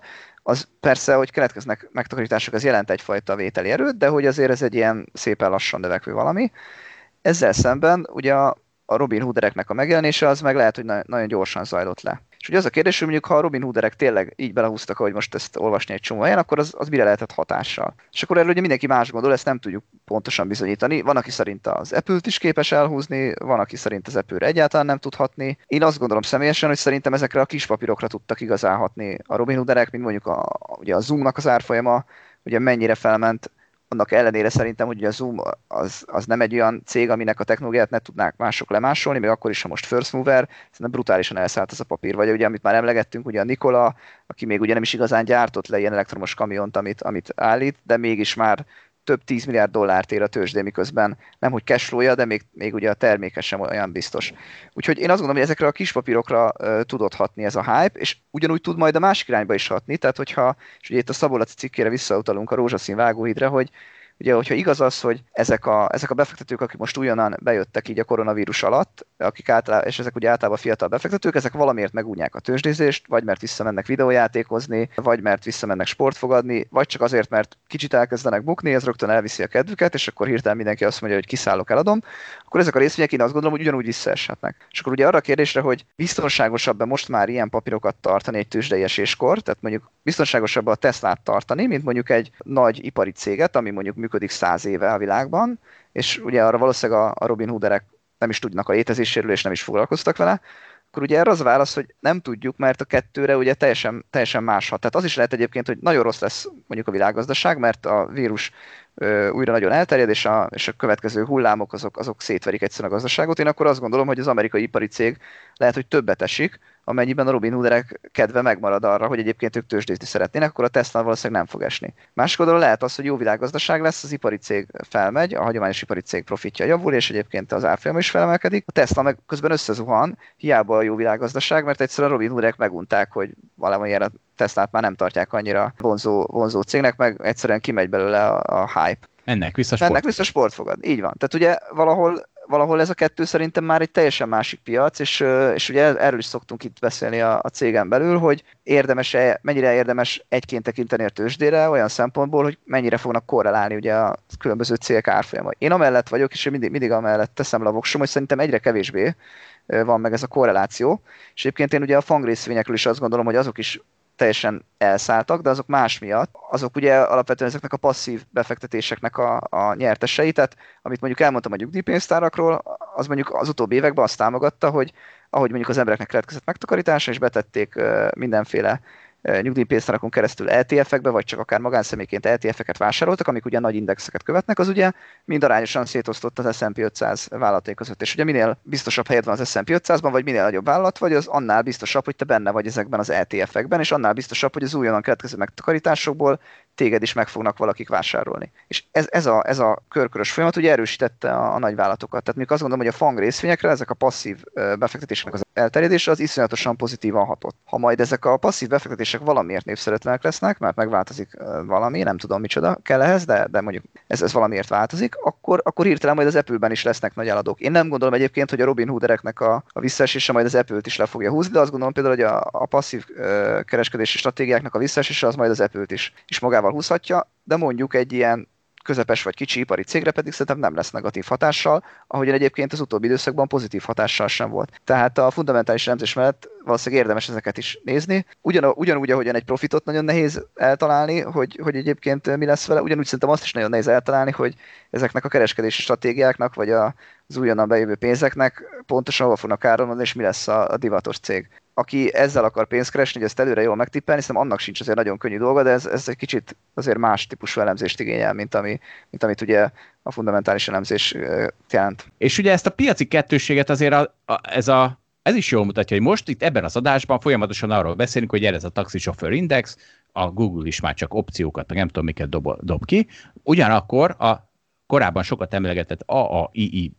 az persze, hogy keletkeznek megtakarítások, az jelent egyfajta vételi erőt, de hogy azért ez egy ilyen szépen lassan növekvő valami. Ezzel szemben ugye a, a Robin Hoodereknek a megjelenése az meg lehet, hogy na- nagyon gyorsan zajlott le. És ugye az a kérdés, hogy mondjuk ha a Robin Hooderek tényleg így belehúztak, ahogy most ezt olvasni egy csomó helyen, akkor az, az mire lehetett hatással. És akkor erről ugye mindenki más gondol, ezt nem tudjuk pontosan bizonyítani. Van, aki szerint az Apple-t is képes elhúzni, van, aki szerint az Apple-re egyáltalán nem tud hatni. Én azt gondolom személyesen, hogy szerintem ezekre a kis papírokra tudtak igazán hatni a Robin Hooderek, mint mondjuk a, ugye a Zoom-nak az árfolyama, ugye mennyire felment. Annak ellenére szerintem, hogy a Zoom az, az nem egy olyan cég, aminek a technológiát ne tudnák mások lemásolni, még akkor is, ha most first mover, szerintem brutálisan elszállt ez a papír. Vagy ugye, amit már emlegettünk, ugye a Nikola, aki még ugye nem is igazán gyártott le ilyen elektromos kamiont, amit, amit állít, de mégis már több tíz milliárd dollárt ér a tőzsdén, miközben nem hogy cashflow-ja, de még, még ugye a terméke sem olyan biztos. Úgyhogy én azt gondolom, hogy ezekre a kis papírokra uh, tudott hatni ez a hype, és ugyanúgy tud majd a másik irányba is hatni, tehát hogyha, és ugye itt a Szabó Laci cikkére visszautalunk a rózsaszín vágóhídre, hogy ugye, hogyha igaz az, hogy ezek a, ezek a befektetők, akik most újonnan bejöttek így a koronavírus alatt, akik általában, és ezek ugye általában fiatal befektetők, ezek valamiért megúnyják a tőzsdézést, vagy mert visszamennek videójátékozni, vagy mert visszamennek sportfogadni, vagy csak azért, mert kicsit elkezdenek bukni, ez rögtön elviszi a kedvüket, és akkor hirtelen mindenki azt mondja, hogy kiszállok, eladom, akkor ezek a részvények én azt gondolom, hogy ugyanúgy visszaeshetnek. És akkor ugye arra a kérdésre, hogy biztonságosabb most már ilyen papírokat tartani egy tőzsdei eséskor, tehát mondjuk biztonságosabb a Teslát tartani, mint mondjuk egy nagy ipari céget, ami mondjuk működik száz éve a világban, és ugye arra valószínűleg a, a Robin Hooderek nem is tudnak a létezéséről, és nem is foglalkoztak vele, akkor ugye erre az a válasz, hogy nem tudjuk, mert a kettőre ugye teljesen, teljesen más hat. Tehát az is lehet egyébként, hogy nagyon rossz lesz mondjuk a világgazdaság, mert a vírus ö, újra nagyon elterjed, és a, és a következő hullámok azok, azok szétverik egyszerűen a gazdaságot. Én akkor azt gondolom, hogy az amerikai ipari cég lehet, hogy többet esik, amennyiben a Robin Hooderek kedve megmarad arra, hogy egyébként ők tőzsdézni szeretnének, akkor a Tesla valószínűleg nem fog esni. Másik oldalon lehet az, hogy jó világgazdaság lesz, az ipari cég felmegy, a hagyományos ipari cég profitja javul, és egyébként az árfolyam is felemelkedik. A Tesla meg közben összezuhan, hiába a jó világgazdaság, mert egyszerűen a Robin Hooderek megunták, hogy valamilyen a Teslát már nem tartják annyira vonzó, vonzó cégnek, meg egyszerűen kimegy belőle a, a hype. Ennek vissza sport. Ennek vissza sportfogad. Így van. Tehát ugye valahol valahol ez a kettő szerintem már egy teljesen másik piac, és, és ugye erről is szoktunk itt beszélni a, a cégen belül, hogy érdemes-e, mennyire érdemes egyként tekinteni a tőzsdére olyan szempontból, hogy mennyire fognak korrelálni ugye a különböző cégek árfolyamai. Én amellett vagyok, és mindig, mindig amellett teszem le a voksom, hogy szerintem egyre kevésbé van meg ez a korreláció, és egyébként én ugye a fangrészvényekről is azt gondolom, hogy azok is teljesen elszálltak, de azok más miatt. Azok ugye alapvetően ezeknek a passzív befektetéseknek a, a nyertesei, tehát amit mondjuk elmondtam a nyugdíjpénztárakról, az mondjuk az utóbbi években azt támogatta, hogy ahogy mondjuk az embereknek keletkezett megtakarítása, és betették mindenféle nyugdíjpénztárakon keresztül é té ef-ekbe, vagy csak akár magánszemélyként é té ef-eket vásároltak, amik ugye nagy indexeket követnek, az ugye mind arányosan szétosztott az es and pé ötszáz vállalatai között. És ugye minél biztosabb helyed van az es and pé ötszázban, vagy minél nagyobb vállalat vagy, az annál biztosabb, hogy te benne vagy ezekben az é té ef-ekben, és annál biztosabb, hogy az újonnan keletkező megtakarításokból téged is meg fognak valakik vásárolni. És ez, ez, a, ez a körkörös folyamat ugye erősítette a, a nagy vállalatokat. Tehát mondjuk azt gondolom, hogy a fang részvényekre ezek a passzív befektetéseknek az elterjedése az iszonyatosan pozitívan hatott. Ha majd ezek a passzív befektetések valamiért népszerűtlenek lesznek, mert megváltozik valami, nem tudom micsoda kell ehhez, de, de mondjuk ez, ez valamiért változik, akkor, akkor hirtelen majd az Apple-ben is lesznek nagy eladók. Én nem gondolom egyébként, hogy a Robin Hoodereknek a, a visszaesése majd az Apple-t is le fogja húzni, de azt gondolom például, hogy a, a passzív uh, kereskedési stratégiáknak a visszaesése az majd az Apple-t is, is magával húzhatja, de mondjuk egy ilyen közepes vagy kicsi ipari cégre pedig szerintem nem lesz negatív hatással, ahogyan egyébként az utóbbi időszakban pozitív hatással sem volt. Tehát a fundamentális elemzés mellett valószínűleg érdemes ezeket is nézni. Ugyan, ugyanúgy, ahogyan egy profitot nagyon nehéz eltalálni, hogy, hogy egyébként mi lesz vele, ugyanúgy szerintem azt is nagyon nehéz eltalálni, hogy ezeknek a kereskedési stratégiáknak, vagy a, az újonnan bejövő pénzeknek pontosan hova fognak áron, és mi lesz a, a divatos cég. Aki ezzel akar pénzt keresni, hogy ezt előre jól megtippelni, szerintem annak sincs azért nagyon könnyű dolga, de ez, ez egy kicsit azért más típusú elemzést igényel, mint, ami, mint amit ugye a fundamentális elemzés jelent. És ugye ezt a piaci kettősséget azért a, a, ez, a, ez is jól mutatja, hogy most itt ebben az adásban folyamatosan arról beszélünk, hogy ez a taxisofőr index, a Google is már csak opciókat, meg nem tudom miket dob, dob ki. Ugyanakkor a korábban sokat emlegetett á á i i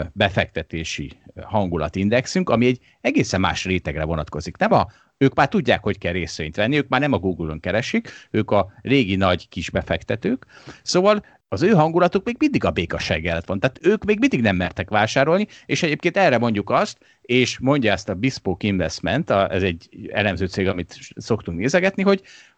befektetési hangulatindexünk, ami egy egészen más rétegre vonatkozik. Nem a, ők már tudják, hogy kell részvényt venni, ők már nem a Google-on keresik, ők a régi nagy kis befektetők. Szóval az ő hangulatuk még mindig a békasság előtt van. Tehát ők még mindig nem mertek vásárolni, és egyébként erre mondjuk azt, és mondja ezt a Bespoke Investment, a, ez egy elemző cég, amit szoktunk nézegetni, hogy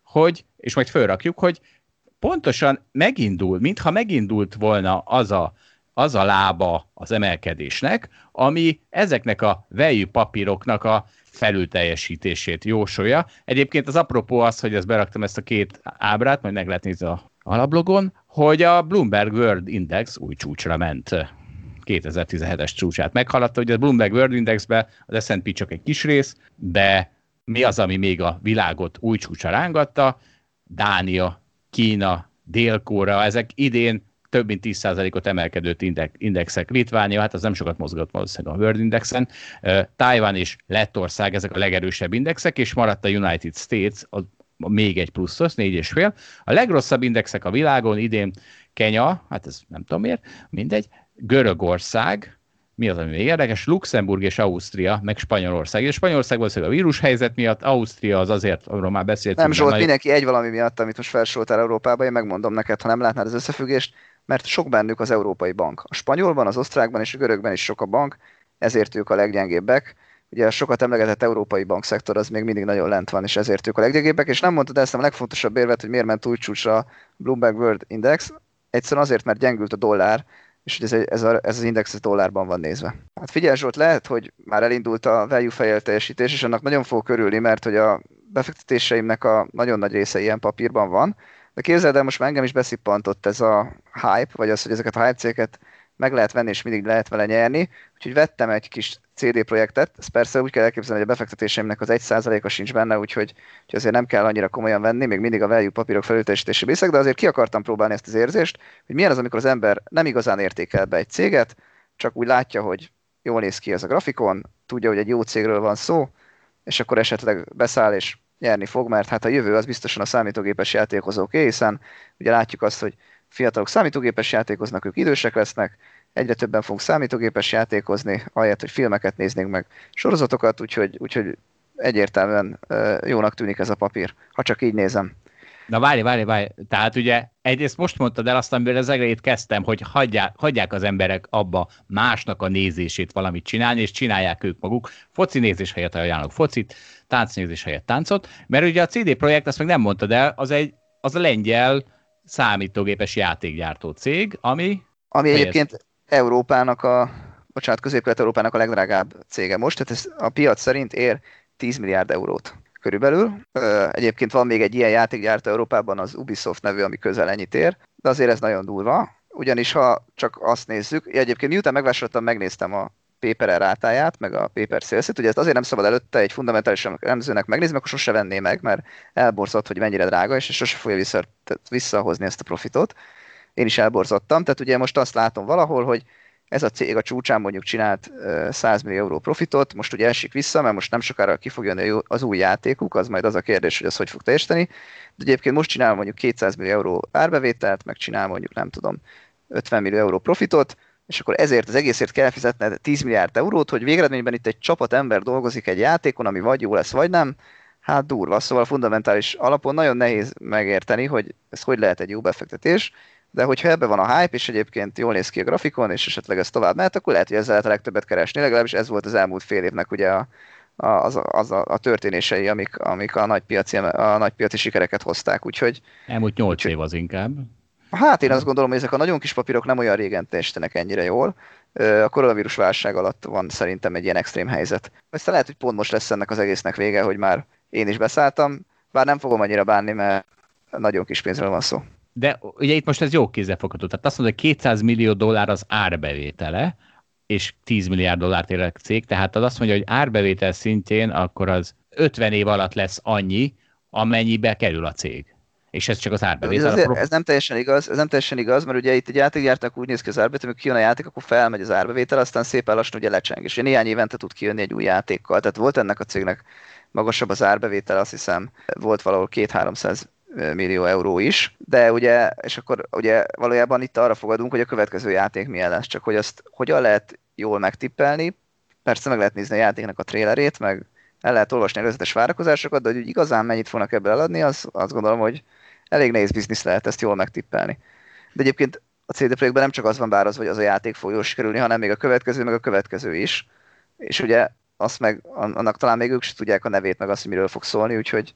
hogy, és majd fölrakjuk, hogy pontosan megindul, mintha megindult volna az a, az a lába az emelkedésnek, ami ezeknek a value papíroknak a felülteljesítését jósolja. Egyébként az apropó az, hogy ezt beraktam ezt a két ábrát, majd meg lehet nézni a alablogon, hogy a Bloomberg World Index új csúcsra ment. kétezer-tizenhetes csúcsát meghaladta, hogy a Bloomberg World Indexben az es and pé csak egy kis rész, de mi az, ami még a világot új csúcsra rángatta? Dánia, Kína, Dél-Korea, ezek idén több mint tíz százalékot emelkedő indexek. Litvánia, hát az nem sokat mozgott valószínűleg a World Indexen. Tajvan és Lettország, ezek a legerősebb indexek, és maradt a United States, a, a még egy pluszos, négy és fél. A legrosszabb indexek a világon idén Kenya, hát ez nem tudom miért, mindegy, Görögország, mi az, ami még érdekes, Luxemburg és Ausztria, meg Spanyolország. És Spanyolország valószínűleg a vírushelyzet miatt, Ausztria az azért, arról már beszéltünk. Nem, Zsolt, nagy... mindenki egy valami miatt, amit most felsoroltál Európában, én megmondom neked, ha nem látnád az összefüggést, mert sok bennük az európai bank. A spanyolban, az osztrákban és a görögben is sok a bank, ezért ők a leggyengébbek. Ugye a sokat emlegetett európai bankszektor az még mindig nagyon lent van, és ezért ők a leggyengébbek, és nem mondtad ezt a legfontosabb érvet, hogy miért ment új csúcsra a Bloomberg World Index, egyszerűen azért, mert gyengült a dollár, és hogy ez, ez, a, ez az index ez dollárban van nézve. Hát figyelj Zsolt, lehet, hogy már elindult a value fejelteljesítés, és annak nagyon fog körülni, mert hogy a befektetéseimnek a nagyon nagy része ilyen papírban van, de képzeld el, most már engem is beszippantott ez a hype, vagy az, hogy ezeket a hype cégeket meg lehet venni, és mindig lehet vele nyerni, úgyhogy vettem egy kis cé dé projektet, ezt persze úgy kell elképzelni, hogy a befektetéseimnek az egy százaléka sincs benne, úgyhogy, úgyhogy azért nem kell annyira komolyan venni, még mindig a value papírok felülteljesítési részek, de azért ki akartam próbálni ezt az érzést, hogy milyen az, amikor az ember nem igazán értékel be egy céget, csak úgy látja, hogy jól néz ki ez a grafikon, tudja, hogy egy jó cégről van szó, és akkor esetleg beszáll és nyerni fog, mert hát a jövő az biztosan a számítógépes játékozóké, hiszen ugye látjuk azt, hogy fiatalok számítógépes játékoznak, ők idősek lesznek, egyre többen fogunk számítógépes játékozni, ahelyett, hogy filmeket néznénk meg, sorozatokat, úgyhogy, úgyhogy egyértelműen jónak tűnik ez a papír, ha csak így nézem. Na várj, várj, várj. Tehát ugye egyrészt most mondtad el azt, amiből az elejét kezdtem, hogy hagyják, hagyják az emberek abba másnak a nézését valamit csinálni, és csinálják ők maguk. Foci nézés helyett ajánlok focit, táncnézés helyett táncot, mert ugye a cé dé Projekt, azt meg nem mondtad el, az, egy, az a lengyel számítógépes játékgyártó cég, ami... Ami egyébként Európának a, bocsánat, Közép-Kelet-Európának a legdrágább cége most, tehát ez a piac szerint ér tíz milliárd eurót körülbelül. Egyébként van még egy ilyen játékgyártó Európában, az Ubisoft nevű, ami közel ennyit ér, de azért ez nagyon durva, ugyanis ha csak azt nézzük, egyébként miután megvásároltam, megnéztem a Paper rátáját, meg a Paper Sales-et, ugye ezt azért nem szabad előtte egy fundamentális elemzőnek megnézni, akkor sose venné meg, mert elborzott, hogy mennyire drága, és sose fogja vissza, visszahozni ezt a profitot. Én is elborzottam, tehát ugye most azt látom valahol, hogy ez a cég a csúcsán mondjuk csinált száz millió euró profitot, most ugye esik vissza, mert most nem sokára ki fog jönni az új játékuk, az majd az a kérdés, hogy az hogy fog teljesíteni. De egyébként most csinál mondjuk kétszáz millió euró árbevételt, meg csinál mondjuk nem tudom ötven millió euró profitot, és akkor ezért az egészért kell fizetned tíz milliárd eurót, hogy végeredményben itt egy csapat ember dolgozik egy játékon, ami vagy jó lesz, vagy nem. Hát durva, szóval fundamentális alapon nagyon nehéz megérteni, hogy ez hogy lehet egy jó befektetés. De hogyha ebben van a hype, és egyébként jól néz ki a grafikon, és esetleg ez tovább mehet, akkor lehet, hogy ezzel lehet a legtöbbet keresni. Legalábbis ez volt az elmúlt fél évnek ugye a, a, az, a, az a, a történései, amik, amik a nagypiaci, a nagypiaci sikereket hozták. Úgyhogy, elmúlt nyolc év az inkább. Hát én azt gondolom, hogy ezek a nagyon kis papírok nem olyan régen teljesítenek ennyire jól. A koronavírus válság alatt van szerintem egy ilyen extrém helyzet. Aztán lehet, hogy pont most lesz ennek az egésznek vége, hogy már én is beszálltam, bár nem fogom annyira bánni, mert nagyon kis pénzről van szó. De ugye itt most ez jó kézzelfogható. Tehát azt mondod, hogy kétszáz millió dollár az árbevétele, és tíz milliárd dollárt ér a cég, tehát az azt mondja, hogy árbevétel szintjén akkor az ötven év alatt lesz annyi, amennyibe kerül a cég. És ez csak az árbevétel. Ez, azért, ez nem teljesen igaz, ez nem teljesen igaz, mert ugye itt egy játékgyártónak úgy néz ki az árbevétel, amikor kijön a játék, akkor felmegy az árbevétel, aztán szépen lassan ugye lecseng. És néhány évente tud kijönni egy új játékkal. Tehát volt ennek a cégnek magasabb az árbevétel, azt hiszem, volt valahol kétszáz-háromszáz millió euró is, de ugye, és akkor ugye valójában itt arra fogadunk, hogy a következő játék milyen lesz, csak hogy azt hogyan lehet jól megtippelni, persze meg lehet nézni a játéknak a trailerét, meg el lehet olvasni előzetes várakozásokat, de hogy igazán mennyit fognak ebből eladni, az, azt gondolom, hogy elég nehéz biznisz lehet ezt jól megtippelni. De egyébként a cé dé Projektben nem csak az van bárazva, hogy az a játék fog jól sikerülni, hanem még a következő, meg a következő is. És ugye azt meg, annak talán még ők sem tudják a nevét, meg azt, hogy miről fog szólni, úgyhogy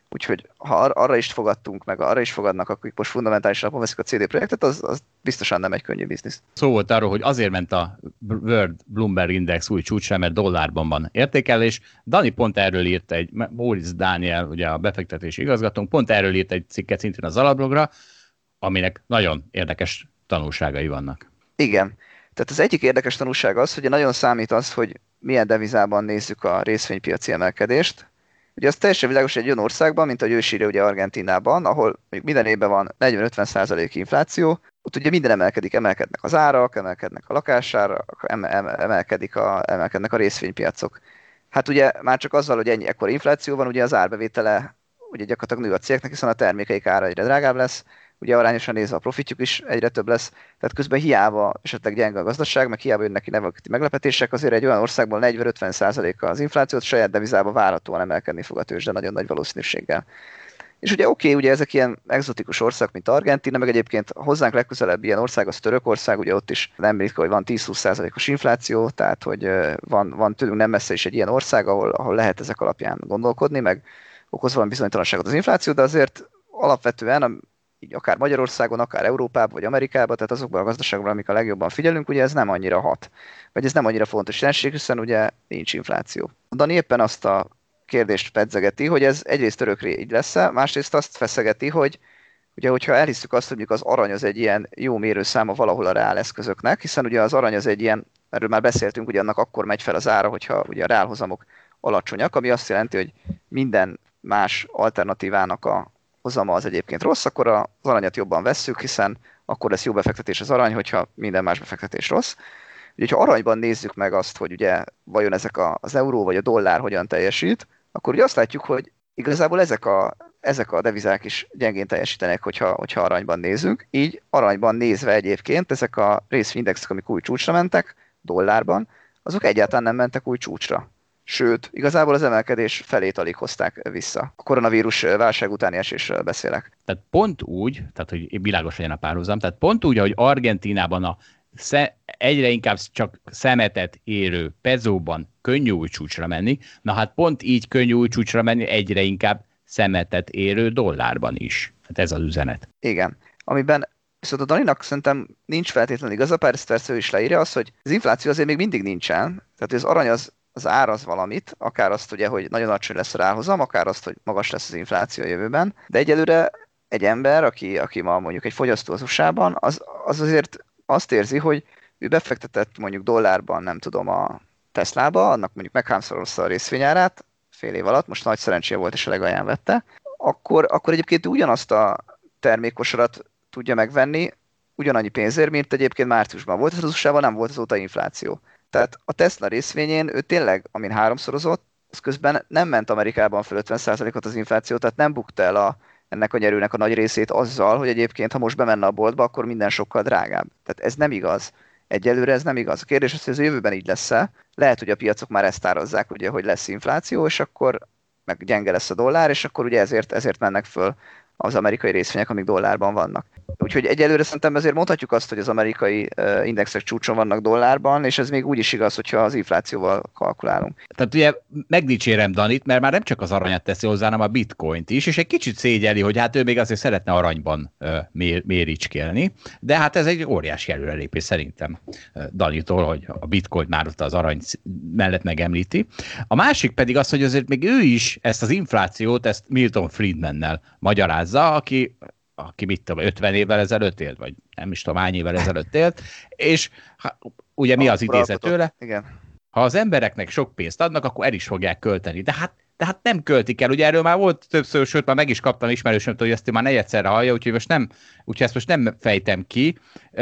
Úgyhogy ha ar- arra is fogadtunk, meg arra is fogadnak, akik most fundamentális alapon veszik a cé dé projektet, az, az biztosan nem egy könnyű biznisz. Szó volt arról, hogy azért ment a World Bloomberg Index új csúcsra, mert dollárban van értékelés. Dani pont erről írt egy, Móricz Dániel, ugye a befektetési igazgatónk, pont erről írt egy cikket szintén az alapblogra, aminek nagyon érdekes tanulságai vannak. Igen. Tehát az egyik érdekes tanulság az, hogy nagyon számít az, hogy milyen devizában nézzük a részvénypiaci emelkedést. Ugye az teljesen világos egy olyan országban, mint a ősírja ugye Argentínában, ahol minden évben van negyven-ötven százalék infláció, ott ugye minden emelkedik, emelkednek az árak, emelkednek a lakásárak, emelkedik a, emelkednek a részvénypiacok. Hát ugye már csak azzal, hogy ennyi ekkora infláció van, ugye az árbevétele ugye gyakorlatilag nő a cégeknek, hiszen a termékeik ára egyre drágább lesz, ugye arányosan nézve a profitjuk is egyre több lesz, tehát közben hiába esetleg gyenge a gazdaság, meg hiába jönnek ki nevekti meglepetések, azért egy olyan országból negyven-ötven százaléka az inflációt saját devizába várhatóan emelkedni fog a tőzsde nagyon nagy valószínűséggel. És ugye oké, okay, ugye ezek ilyen egzotikus országok, mint Argentína, meg egyébként hozzánk legközelebb ilyen ország, az Törökország, ugye ott is nem ritka, hogy van tíz-húsz százalékos infláció, tehát hogy van, van tőlünk nem messze is egy ilyen ország, ahol, ahol lehet ezek alapján gondolkodni, meg okoz valami bizonytalanságot az infláció, de azért alapvetően így akár Magyarországon, akár Európában, vagy Amerikában, tehát azokban a gazdaságokban, amik a legjobban figyelünk, ugye ez nem annyira hat. Vagy ez nem annyira fontos jelenség, hiszen ugye nincs infláció. Dani éppen azt a kérdést pedzegeti, hogy ez egyrészt örökre így lesz-e, másrészt azt feszegeti, hogy ugye, hogyha elhiszük azt, hogy az arany az egy ilyen jó mérőszáma valahol a reál eszközöknek, hiszen ugye az arany az egy ilyen, erről már beszéltünk, ugye annak akkor megy fel az ára, hogyha ugye a reálhozamok alacsonyak, ami azt jelenti, hogy minden más alternatívának a hozama az egyébként rossz, akkor az aranyat jobban vesszük, hiszen akkor lesz jó befektetés az arany, hogyha minden más befektetés rossz. Ugye, ha aranyban nézzük meg azt, hogy ugye vajon ezek a, az euró vagy a dollár hogyan teljesít, akkor ugye azt látjuk, hogy igazából ezek a, ezek a devizák is gyengén teljesítenek, hogyha, hogyha aranyban nézünk. Így aranyban nézve egyébként ezek a részvényindexek, amik új csúcsra mentek, dollárban, azok egyáltalán nem mentek új csúcsra. Sőt, igazából az emelkedés felét alig hozták vissza. A koronavírus válság utáni esésről beszélek. Tehát pont úgy, tehát hogy világos legyen a párhuzam, tehát pont úgy, ahogy Argentínában a sze, egyre inkább csak szemetet érő pezóban könnyű új csúcsra menni, na hát pont így könnyű új csúcsra menni egyre inkább szemetet érő dollárban is. Hát ez az üzenet. Igen. Amiben viszont a Daninak szerintem nincs feltétlenül igaza, persze ő is leírja azt, hogy az infláció azért még mindig nincsen, tehát az arany az az ár az valamit, akár azt ugye, hogy nagyon alacsony lesz a ráhozam, akár azt, hogy magas lesz az infláció a jövőben, de egyelőre egy ember, aki, aki ma mondjuk egy fogyasztó az u es á-ban, az, az azért azt érzi, hogy ő befektetett mondjuk dollárban, nem tudom, a Teslába, annak mondjuk megháromszorozta a részvényárát fél év alatt, most nagy szerencséje volt és a legalján vette, akkor, akkor egyébként ugyanazt a termékkosarat tudja megvenni, ugyanannyi pénzért, mint egyébként márciusban volt, az u es á-ban nem volt azóta infláció. Tehát a Tesla részvényén ő tényleg, amin háromszorozott, az közben nem ment Amerikában fel ötven százalékot az infláció, tehát nem bukta el a, ennek a nyerőnek a nagy részét azzal, hogy egyébként, ha most bemenne a boltba, akkor minden sokkal drágább. Tehát ez nem igaz. Egyelőre ez nem igaz. A kérdés az, hogy ez a jövőben így lesz-e. Lehet, hogy a piacok már ezt árazzák, ugye, hogy lesz infláció, és akkor meg gyenge lesz a dollár, és akkor ugye ezért, ezért mennek föl az amerikai részvények, amik dollárban vannak. Úgyhogy egyelőre szerintem ezért mondhatjuk azt, hogy az amerikai indexek csúcson vannak dollárban, és ez még úgy is igaz, hogyha az inflációval kalkulálunk. Tehát ugye megdicsérem Danit, mert már nem csak az aranyat teszi hozzá, hanem a bitcoint is, és egy kicsit szégyeli, hogy hát ő még azért szeretne aranyban mér, méricskélni, de hát ez egy óriási előrelépés szerintem Danitól, hogy a bitcoin már ott az arany mellett megemlíti. A másik pedig az, hogy azért még ő is ezt az inflációt, ezt Milton Friedmannel magyarázza, aki aki mit tudom, ötven évvel ezelőtt élt, vagy nem is tudom, hány évvel ezelőtt élt, és ha, ugye mi az idézet tőle? Igen. Ha az embereknek sok pénzt adnak, akkor el is fogják költeni. De hát, de hát nem költik el. Ugye erről már volt többször, sőt, már meg is kaptam ismerősömtől, hogy ezt már negyedszerre hallja, úgyhogy most nem, úgyhogy ezt most nem fejtem ki.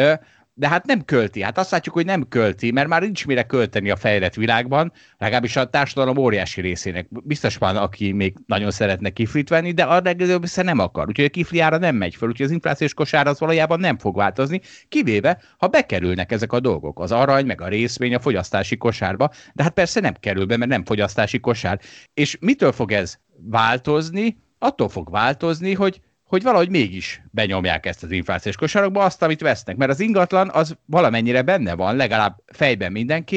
De hát nem költi. Hát azt látjuk, hogy nem költi, mert már nincs mire költeni a fejlett világban, legalábbis a társadalom óriási részének. Biztos van, aki még nagyon szeretne kiflit venni, de a legjobb össze nem akar. Úgyhogy a kifli ára nem megy föl, úgyhogy az inflációs kosár az valójában nem fog változni, kivéve, ha bekerülnek ezek a dolgok. Az arany, meg a részvény a fogyasztási kosárba, de hát persze nem kerül be, mert nem fogyasztási kosár. És mitől fog ez változni? Attól fog változni, hogy hogy valahogy mégis benyomják ezt az inflációs kosarokba azt, amit vesznek. Mert az ingatlan az valamennyire benne van, legalább fejben mindenképp,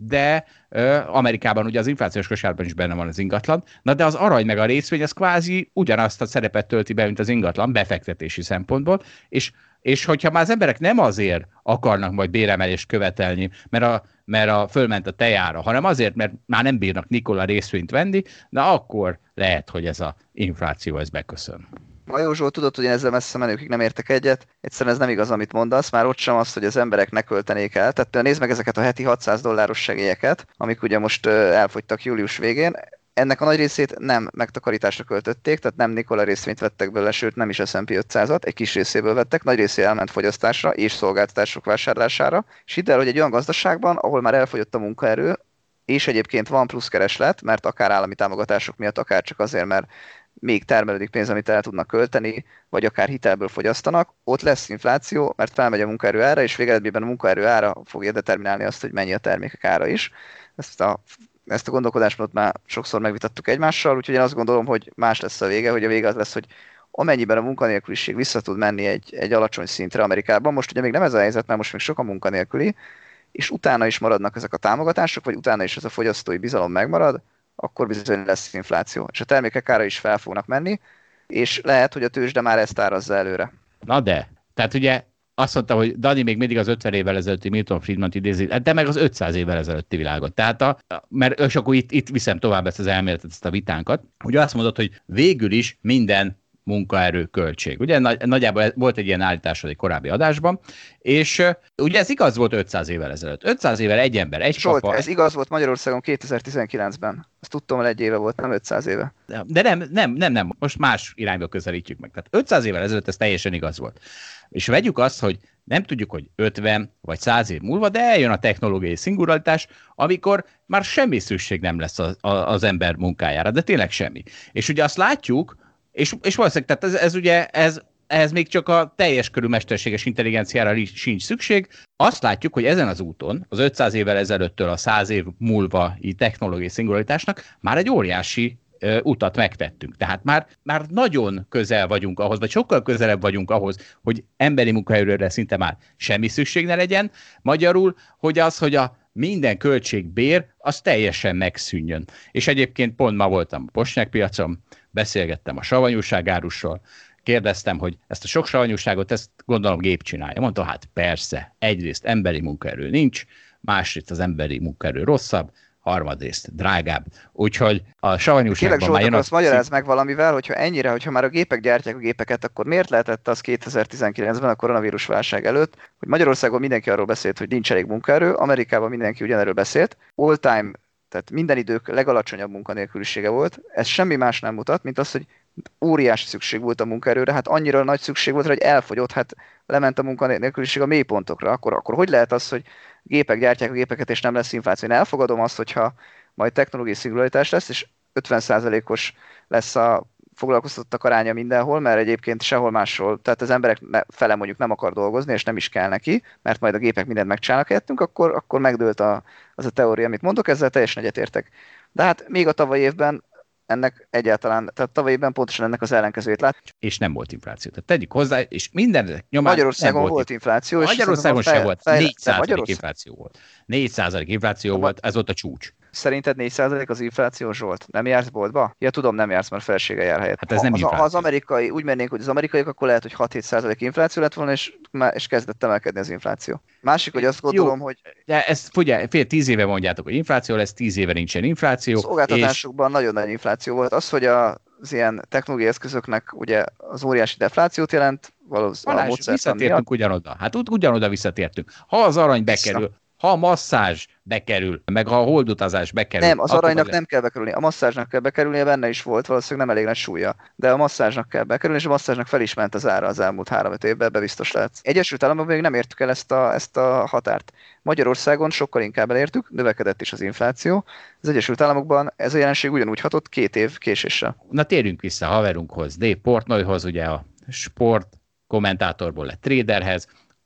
de ö, Amerikában ugye az inflációs kosárban is benne van az ingatlan, na de az arany meg a részvény az kvázi ugyanazt a szerepet tölti be, mint az ingatlan befektetési szempontból, és És hogyha már az emberek nem azért akarnak majd béremelést követelni, mert a, mert a fölment a tejára, hanem azért, mert már nem bírnak Nikola részvényt venni, na akkor lehet, hogy ez az infláció ez beköszön. Majó Zsolt, tudod, hogy ezzel messze menőkig nem értek egyet. Egyszerűen ez nem igaz, amit mondasz. Már ott sem az, hogy az emberek ne költenék el. Tehát nézd meg ezeket a heti hatszáz dolláros segélyeket, amik ugye most elfogytak július végén. Ennek a nagy részét nem megtakarításra költötték, tehát nem Nikola részvényt vettek belőle, sőt nem is es and pé ötszázat, egy kis részéből vettek, nagy részé elment fogyasztásra és szolgáltatások vásárlására. És hidd el, hogy egy olyan gazdaságban, ahol már elfogyott a munkaerő, és egyébként van plusz kereslet, mert akár állami támogatások miatt, akár csak azért, mert még termelődik pénz, amit el tudnak költeni, vagy akár hitelből fogyasztanak, ott lesz infláció, mert felmegy a munkaerő ára, és végeredményben a munkaerő ára fogja determinálni azt, hogy mennyi a termékek ára is. Ezt a Ezt a gondolkodásmódot már sokszor megvitattuk egymással, úgyhogy én azt gondolom, hogy más lesz a vége, hogy a vége az lesz, hogy amennyiben a munkanélküliség vissza tud menni egy, egy alacsony szintre Amerikában, most ugye még nem ez a helyzet, mert most még sok a munkanélküli, és utána is maradnak ezek a támogatások, vagy utána is ez a fogyasztói bizalom megmarad, akkor bizony lesz infláció. És a termékek ára is fel fognak menni, és lehet, hogy a tőzsde már ezt árazza előre. Na de, tehát ugye azt mondta, hogy Dani még mindig az ötven évvel ezelőtti Milton Friedman-t idézi, de meg az ötszáz évvel ezelőtti világot. Tehát a, mert és akkor itt, itt viszem tovább ezt az elméletet, ezt a vitánkat, hogy azt mondod, hogy végül is minden munkaerő költség. Ugye nagy, nagyjából volt egy ilyen állításod egy korábbi adásban, és uh, ugye ez igaz volt ötszáz évvel ezelőtt. ötszáz évvel egy ember, egy Zsolt, papa... ez igaz volt Magyarországon kétezer-tizenkilencben. Azt tudtam, hogy egy éve volt, nem ötszáz éve. De nem, nem, nem, nem, most más irányba közelítjük meg. Tehát ötszáz évvel ezelőtt ez teljesen igaz volt. És vegyük azt, hogy nem tudjuk, hogy ötven vagy száz év múlva, de eljön a technológiai szingularitás, amikor már semmi szükség nem lesz az, az ember munkájára, de tényleg semmi. És ugye azt látjuk, és, és valószínűleg, tehát ez, ez ugye, ez, ehhez még csak a teljes körű mesterséges intelligenciára sincs szükség. Azt látjuk, hogy ezen az úton, az ötszáz évvel ezelőttől a száz év múlva technológiai szingularitásnak már egy óriási uh, utat megtettünk. Tehát már, már nagyon közel vagyunk ahhoz, vagy sokkal közelebb vagyunk ahhoz, hogy emberi munkaerőre szinte már semmi szükség ne legyen. Magyarul, hogy az, hogy a minden költségbér, az teljesen megszűnjön. És egyébként pont ma voltam a Posnyák piacon, beszélgettem a savanyúságárusról, kérdeztem, hogy ezt a sok savanyúságot, ezt gondolom gép csinálja. Mondta, hát persze, egyrészt emberi munkaerő nincs, másrészt az emberi munkaerő rosszabb, harmadrészt drágább. Úgyhogy a savanyúságban Kérlek, már jön... azt magyarázz meg valamivel, hogyha ennyire, hogyha már a gépek gyártják a gépeket, akkor miért lehetett az kétezer-tizenkilencben a koronavírus válság előtt, hogy Magyarországon mindenki arról beszélt, hogy nincs elég munkaerő, Amerikában mindenki ugyanerről beszélt, all time, tehát minden idők legalacsonyabb munkanélkülisége volt, ez semmi más nem mutat, mint az, hogy óriási szükség volt a munkaerőre, hát annyira nagy szükség volt, hogy elfogyott, hát lement a munkanélküliség a mélypontokra, akkor, akkor hogy lehet az, hogy gépek gyártják a gépeket, és nem lesz infláció? Én elfogadom azt, hogyha majd technológiai szingularitás lesz, és ötven százalékos lesz a foglalkoztatottak aránya mindenhol, mert egyébként sehol máshol, tehát az emberek fele mondjuk nem akar dolgozni, és nem is kell neki, mert majd a gépek mindent megcsinálnak helyettünk, akkor, akkor megdőlt a, az a teória, amit mondok, ezzel teljesen egyetértek. De hát még a tavalyi évben ennek egyáltalán, tehát tavaly évben pontosan ennek az ellenkezőjét lát. És nem volt infláció. Tehát tegyük hozzá, és minden nyomán Magyarországon volt, volt infláció. És Magyarországon sem volt. Fejle... négy százalék infláció volt. négy százalék infláció volt, ez volt a csúcs. Szerinted négy százalék az infláció, Zsolt? Nem jársz boltba? Ja, tudom, nem jársz, mert felsége jár helyett. Hát ez nem ha, infláció. Ha az amerikai, úgy mennénk, hogy az amerikaiak, akkor lehet, hogy hat-hét százalék infláció lett volna, és, és kezdett emelkedni az infláció. Másik, hogy azt gondolom, Jó, hogy... De ezt figyelj, fél tíz éve mondjátok, hogy infláció lesz, tíz éve nincsen infláció. Szolgáltatásokban és... nagyon nagy infláció volt. Az, hogy a, az ilyen technológiai eszközöknek ugye az óriási deflációt jelent, valószínűleg a módszertan visszatértünk miatt. ugyanoda. Hát úgy ugyanoda visszatértünk. Ha az arany bekerül, Vissza. ha a masszázs bekerül, meg ha a holdutazás bekerül. Nem, az aranynak nem kell bekerülni, a masszázsnak kell bekerülnie, benne is volt, valószínűleg nem elég nagy súlya, de a masszázsnak kell bekerülni, és a masszázsnak fel is ment az ára az elmúlt három-öt évben, ebbe biztos lehetsz. Egyesült Államokban még nem értük el ezt a, ezt a határt. Magyarországon sokkal inkább elértük, növekedett is az infláció. Az Egyesült Államokban ez a jelenség ugyanúgy hatott két év késéssel. Na térjünk vissza a haverunkhoz, Dave Portnoyhoz, ugye a sport kommentátorból lett traderhez,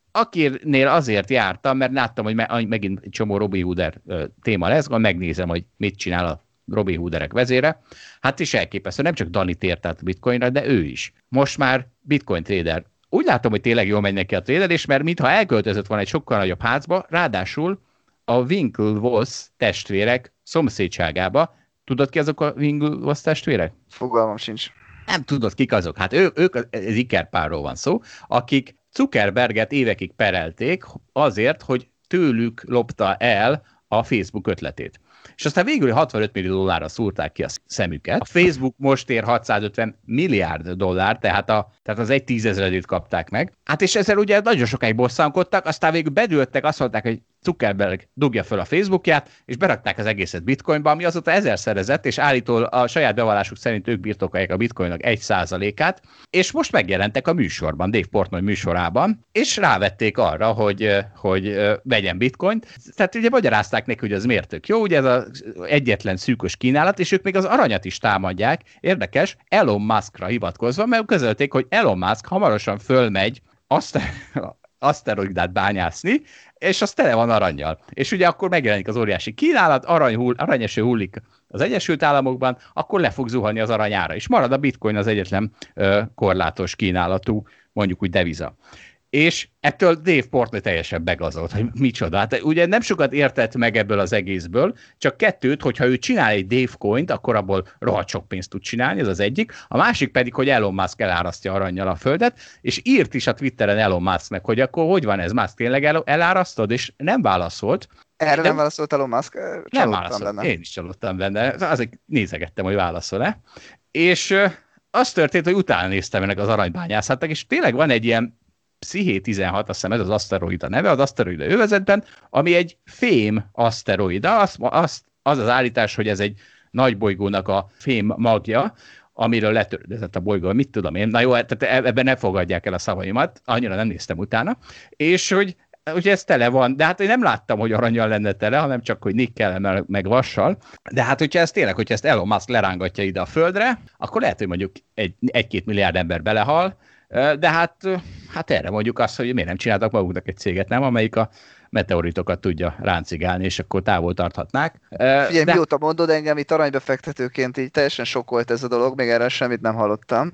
akinél azért jártam, mert láttam, hogy me- megint egy csomó Robin Hooder téma lesz, megnézem, hogy mit csinál a Robin Hooderek vezére. Hát is elképesztő, nem csak Dani tért át a bitcoinra, de ő is. Most már bitcoin trader. Úgy látom, hogy tényleg jól megy neki a traderés, mert mintha elköltözött volna egy sokkal nagyobb házba, ráadásul a Winklevoss testvérek szomszédságába. Tudod ki azok a Winklevoss testvérek? Fogalmam sincs. Nem tudod, kik azok. Hát ő, ők, ez ikerpárról van szó, akik Zuckerberget évekig perelték azért, hogy tőlük lopta el a Facebook ötletét. És aztán végül hatvanöt millió dollárra szúrták ki a szemüket. A Facebook most ér hatszázötven milliárd dollár, tehát, a, tehát az egy tízezredét kapták meg. Hát és ezzel ugye nagyon sokáig bosszankodtak, aztán végül bedőltek, azt mondták, hogy Zuckerberg dugja föl a Facebookját, és berakták az egészet bitcoinba, ami azóta ezerszerezett, és állítólag a saját bevallásuk szerint ők birtokolják a bitcoinnak egy százalékát, és most megjelentek a műsorban, Dave Portnoy műsorában, és rávették arra, hogy, hogy vegyen bitcoint. Tehát ugye magyarázták neki, hogy az miért tök jó, ugye ez az egyetlen szűkös kínálat, és ők még az aranyat is támadják. Érdekes, Elon Muskra hivatkozva, mert közölték, hogy Elon Musk hamarosan fölmegy azt aszteroidát bányászni, és az tele van arannyal. És ugye akkor megjelenik az óriási kínálat, arany hull, aranyeső hullik az Egyesült Államokban, akkor le fog zuhanni az aranyára, és marad a bitcoin az egyetlen ö, korlátos kínálatú, mondjuk úgy deviza. És ettől Dave Portnoy teljesen begazolt, hogy micsoda. Hát ugye nem sokat értett meg ebből az egészből, csak kettőt, hogyha ő csinál egy Dave coint, akkor abból rohadt sok pénzt tud csinálni, ez az egyik. A másik pedig, hogy Elon Musk elárasztja arannyal a földet, és írt is a Twitteren Elon Musknek, hogy akkor hogy van ez, Musk, tényleg el, elárasztod, és nem válaszolt. Erre nem válaszolt Elon Musk? Csalódtam nem válaszolt, benne. Én is csalódtam benne, azért nézegettem, hogy válaszol-e. És az történt, hogy utána néztem ennek az aranybányászatnak, és tényleg van egy ilyen Psziché tizenhat, azt hiszem ez az aszteroida neve, az aszteroida övezetben, ami egy fém aszteroida, az, az, az az állítás, hogy ez egy nagy bolygónak a fém magja, amiről letörődött a bolygó, mit tudom én, na jó, tehát ebben ne fogadják el a szavaimat, annyira nem néztem utána, és hogy ugye ez tele van, de hát én nem láttam, hogy arannyal lenne tele, hanem csak, hogy nikkel meg vassal, de hát hogyha ez tényleg, hogyha ezt Elon Musk lerángatja ide a földre, akkor lehet, hogy mondjuk egy, egy-két milliárd ember belehal, de hát, hát erre mondjuk azt, hogy miért nem csináltak maguknak egy céget, nem, amelyik a meteoritokat tudja ráncigálni, és akkor távol tarthatnák. Figyelj, de... mióta mondod, engem itt aranybefektetőként így teljesen sokkolt ez a dolog, még erre semmit nem hallottam.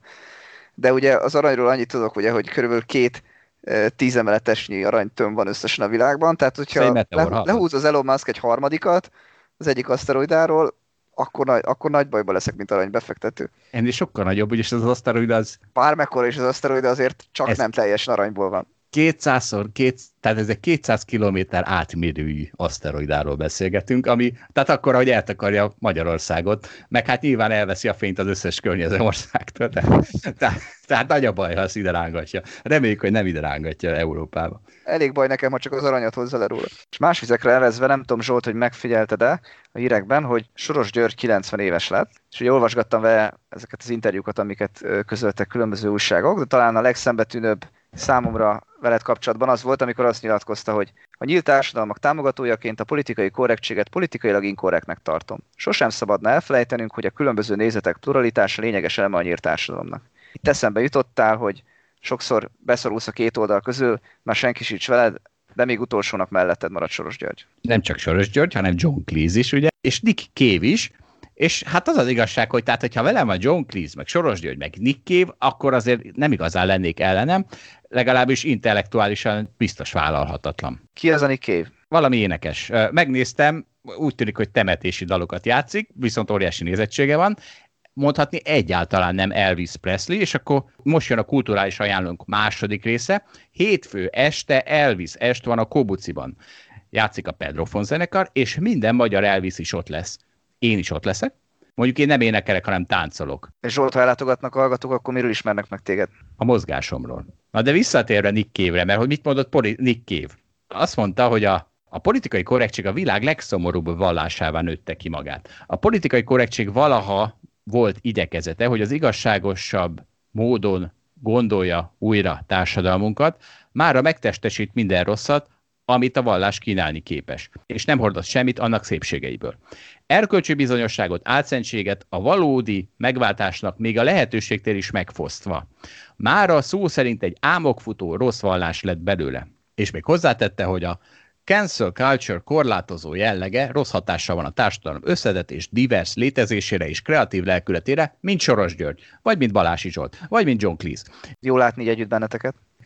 De ugye az aranyról annyit tudok, ugye, hogy körülbelül két tízemeletesnyi aranytömb van összesen a világban, tehát hogyha le, lehúz az Elon Musk egy harmadikat az egyik aszteroidáról, akkor, nagy, akkor nagy bajba leszek, mint aranybefektető. Ennél sokkal nagyobb, úgyis az aszteroida az... Bármekkora is az aszteroida, azért csak ez nem teljesen aranyból van. kétszázszor, két, tehát ez egy kétszáz kilométer átmérőjű aszteroidáról beszélgetünk, ami, tehát akkor, hogy eltakarja Magyarországot, meg hát nyilván elveszi a fényt az összes környező országtól, tehát, tehát, tehát nagy a baj, ha azt ide rángatja. Reméljük, hogy nem ide rángatja Európába. Elég baj nekem, ha csak az aranyat hozza le róla. És más vizekre elvezve, nem tudom, Zsolt, hogy megfigyelted-e a hírekben, hogy Soros György kilencven éves lett, és ugye olvasgattam vele ezeket az interjúkat, amiket közöltek különböző újságok, de talán a legszembetűnőbb számomra veled kapcsolatban az volt, amikor azt nyilatkozta, hogy a nyílt társadalmak támogatójaként a politikai korrektséget politikailag inkorrektnek tartom. Sosem szabadna elfelejtenünk, hogy a különböző nézetek pluralitása lényeges eleme a nyílt társadalomnak. Itt eszembe jutottál, hogy sokszor beszorulsz a két oldal közül, már senki sincs veled, de még utolsónak melletted marad Soros György. Nem csak Soros György, hanem John Cleese is, ugye, és Nick Cave is, és hát az az igazság, hogy tehát, hogyha velem a John Cleese, meg Soros György, meg Nick Cave, akkor azért nem igazán lennék ellenem, legalábbis intellektuálisan biztos vállalhatatlan. Ki az a Nick Cave? Valami énekes. Megnéztem, úgy tűnik, hogy temetési dalokat játszik, viszont óriási nézettsége van, mondhatni egyáltalán nem Elvis Presley, és akkor most jön a kulturális ajánlónk második része. Hétfő este Elvis est van a Kobuciban. Játszik a Pedrofon zenekar, és minden magyar Elvis is ott lesz. Én is ott leszek. Mondjuk én nem énekelek, hanem táncolok. És Zsolt, ha ellátogatnak a hallgatók, akkor miről ismernek meg téged? A mozgásomról. Na de visszatérve Nick Cave-re, mert hogy mit mondott Poli- Nick Cave? Azt mondta, hogy a, a politikai korrektség a világ legszomorúbb vallásává nőtte ki magát. A politikai korrektség valaha volt igyekezete, hogy az igazságosabb módon gondolja újra társadalmunkat, mára megtestesít minden rosszat, amit a vallás kínálni képes, és nem hordoz semmit annak szépségeiből. Erkölcsi bizonyosságot, álszentséget a valódi megváltásnak még a lehetőségtér is megfosztva. Mára szó szerint egy álmokfutó rossz vallás lett belőle. És még hozzátette, hogy a cancel culture korlátozó jellege rossz hatással van a társadalom összetett és divers létezésére és kreatív lelkületére, mint Soros György, vagy mint Balási Zsolt, vagy mint John Cleese. Jó látni így együtt benneteket.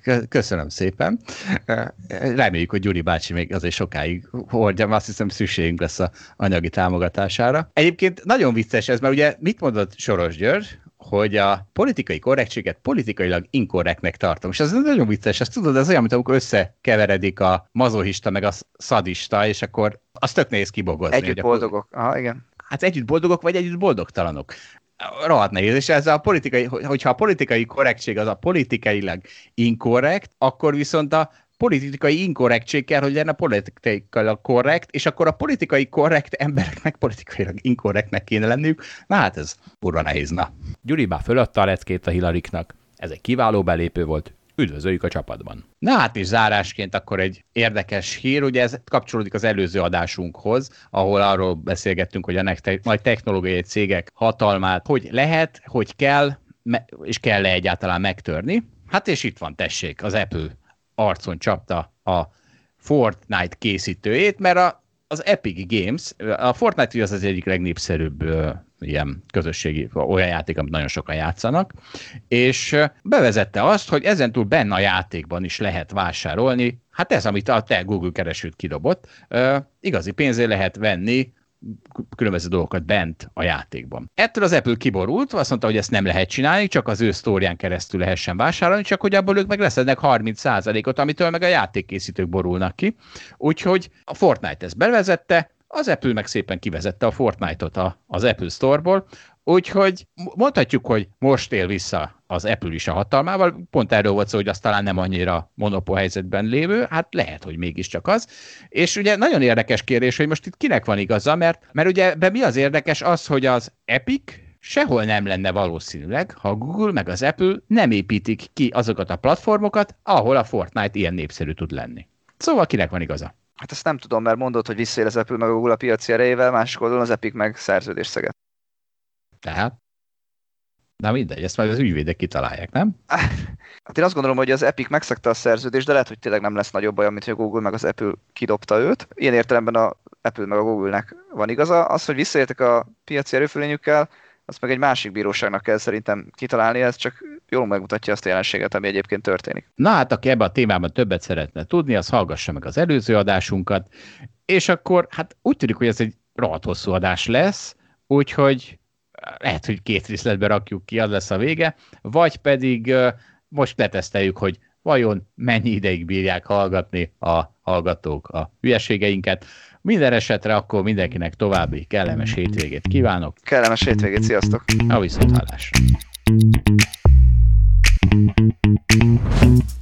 Köszönöm szépen. Reméljük, hogy Gyuri bácsi még azért sokáig hordja, azt hiszem szükségünk lesz a anyagi támogatására. Egyébként nagyon vicces ez, mert ugye mit mondott Soros György, hogy a politikai korrektséget politikailag inkorrektnek tartom. És ez nagyon vicces, ezt tudod, ez olyan, mint amikor összekeveredik a mazohista meg a szadista, és akkor az tök nehéz kibogozni. Együtt boldogok. Akkor... Aha, igen. Hát együtt boldogok, vagy együtt boldogtalanok. Rohadt nehéz, és ez a politikai, hogyha a politikai korrektség az a politikailag inkorrekt, akkor viszont a politikai inkorrektség kell, hogy lenne politikailag korrekt, és akkor a politikai korrekt embereknek politikailag inkorrektnek kéne lenniük. Na hát ez kurva nehéz, na. Gyuri bár föladta a leckét a Hillaryknak. Ez egy kiváló belépő volt. Üdvözöljük a csapatban. Na hát és zárásként akkor egy érdekes hír, ugye ez kapcsolódik az előző adásunkhoz, ahol arról beszélgettünk, hogy a nagy technológiai cégek hatalmát hogy lehet, hogy kell, és kell-e egyáltalán megtörni. Hát és itt van, tessék, az Apple arcon csapta a Fortnite készítőjét, mert a, az Epic Games, a Fortnite az az egyik legnépszerűbb uh, ilyen közösségi, olyan játék, amit nagyon sokan játszanak, és uh, bevezette azt, hogy ezentúl benne a játékban is lehet vásárolni, hát ez, amit a te Google keresőt kidobott, uh, igazi pénzért lehet venni különböző dolgokat bent a játékban. Ettől az Apple kiborult, azt mondta, hogy ezt nem lehet csinálni, csak az ő sztórián keresztül lehessen vásárolni, csak hogy abból ők meg leszednek harminc százalékot, amitől meg a játékkészítők borulnak ki. Úgyhogy a Fortnite ezt bevezette, az Apple meg szépen kivezette a Fortnite-ot a, az Apple Store-ból, úgyhogy mondhatjuk, hogy most él vissza az Apple is a hatalmával, pont erről volt szó, hogy az talán nem annyira monopól helyzetben lévő, hát lehet, hogy mégiscsak az. És ugye nagyon érdekes kérdés, hogy most itt kinek van igaza, mert, mert ugye be mi az érdekes az, hogy az Epic sehol nem lenne valószínűleg, ha a Google meg az Apple nem építik ki azokat a platformokat, ahol a Fortnite ilyen népszerű tud lenni. Szóval kinek van igaza? Hát ezt nem tudom, mert mondod, hogy visszaél az Apple meg a Google a piaci erejével, másik oldalon az Epic meg szerződést szeget. Tehát? Na mindegy, ezt majd az ügyvédek kitalálják, nem? Hát én azt gondolom, hogy az Epic megszegte a szerződést, de lehet, hogy tényleg nem lesz nagyobb baj, mint hogy a Google meg az Apple kidobta őt. Ilyen értelemben a Apple meg a Google-nek van igaza. Az, hogy visszaértek a piaci erőfölényükkel, azt meg egy másik bíróságnak kell szerintem kitalálni, ez csak jól megmutatja azt a jelenséget, ami egyébként történik. Na hát, aki ebben a témában többet szeretne tudni, az hallgassa meg az előző adásunkat, és akkor hát úgy tűnik, hogy ez egy rohadt hosszú adás lesz, úgyhogy lehet, hogy két részletbe rakjuk ki, az lesz a vége, vagy pedig uh, most leteszteljük, hogy vajon mennyi ideig bírják hallgatni a hallgatók a hülyeségeinket. Minden esetre akkor mindenkinek további kellemes hétvégét kívánok. Kellemes hétvégét, sziasztok! A viszonthallásra!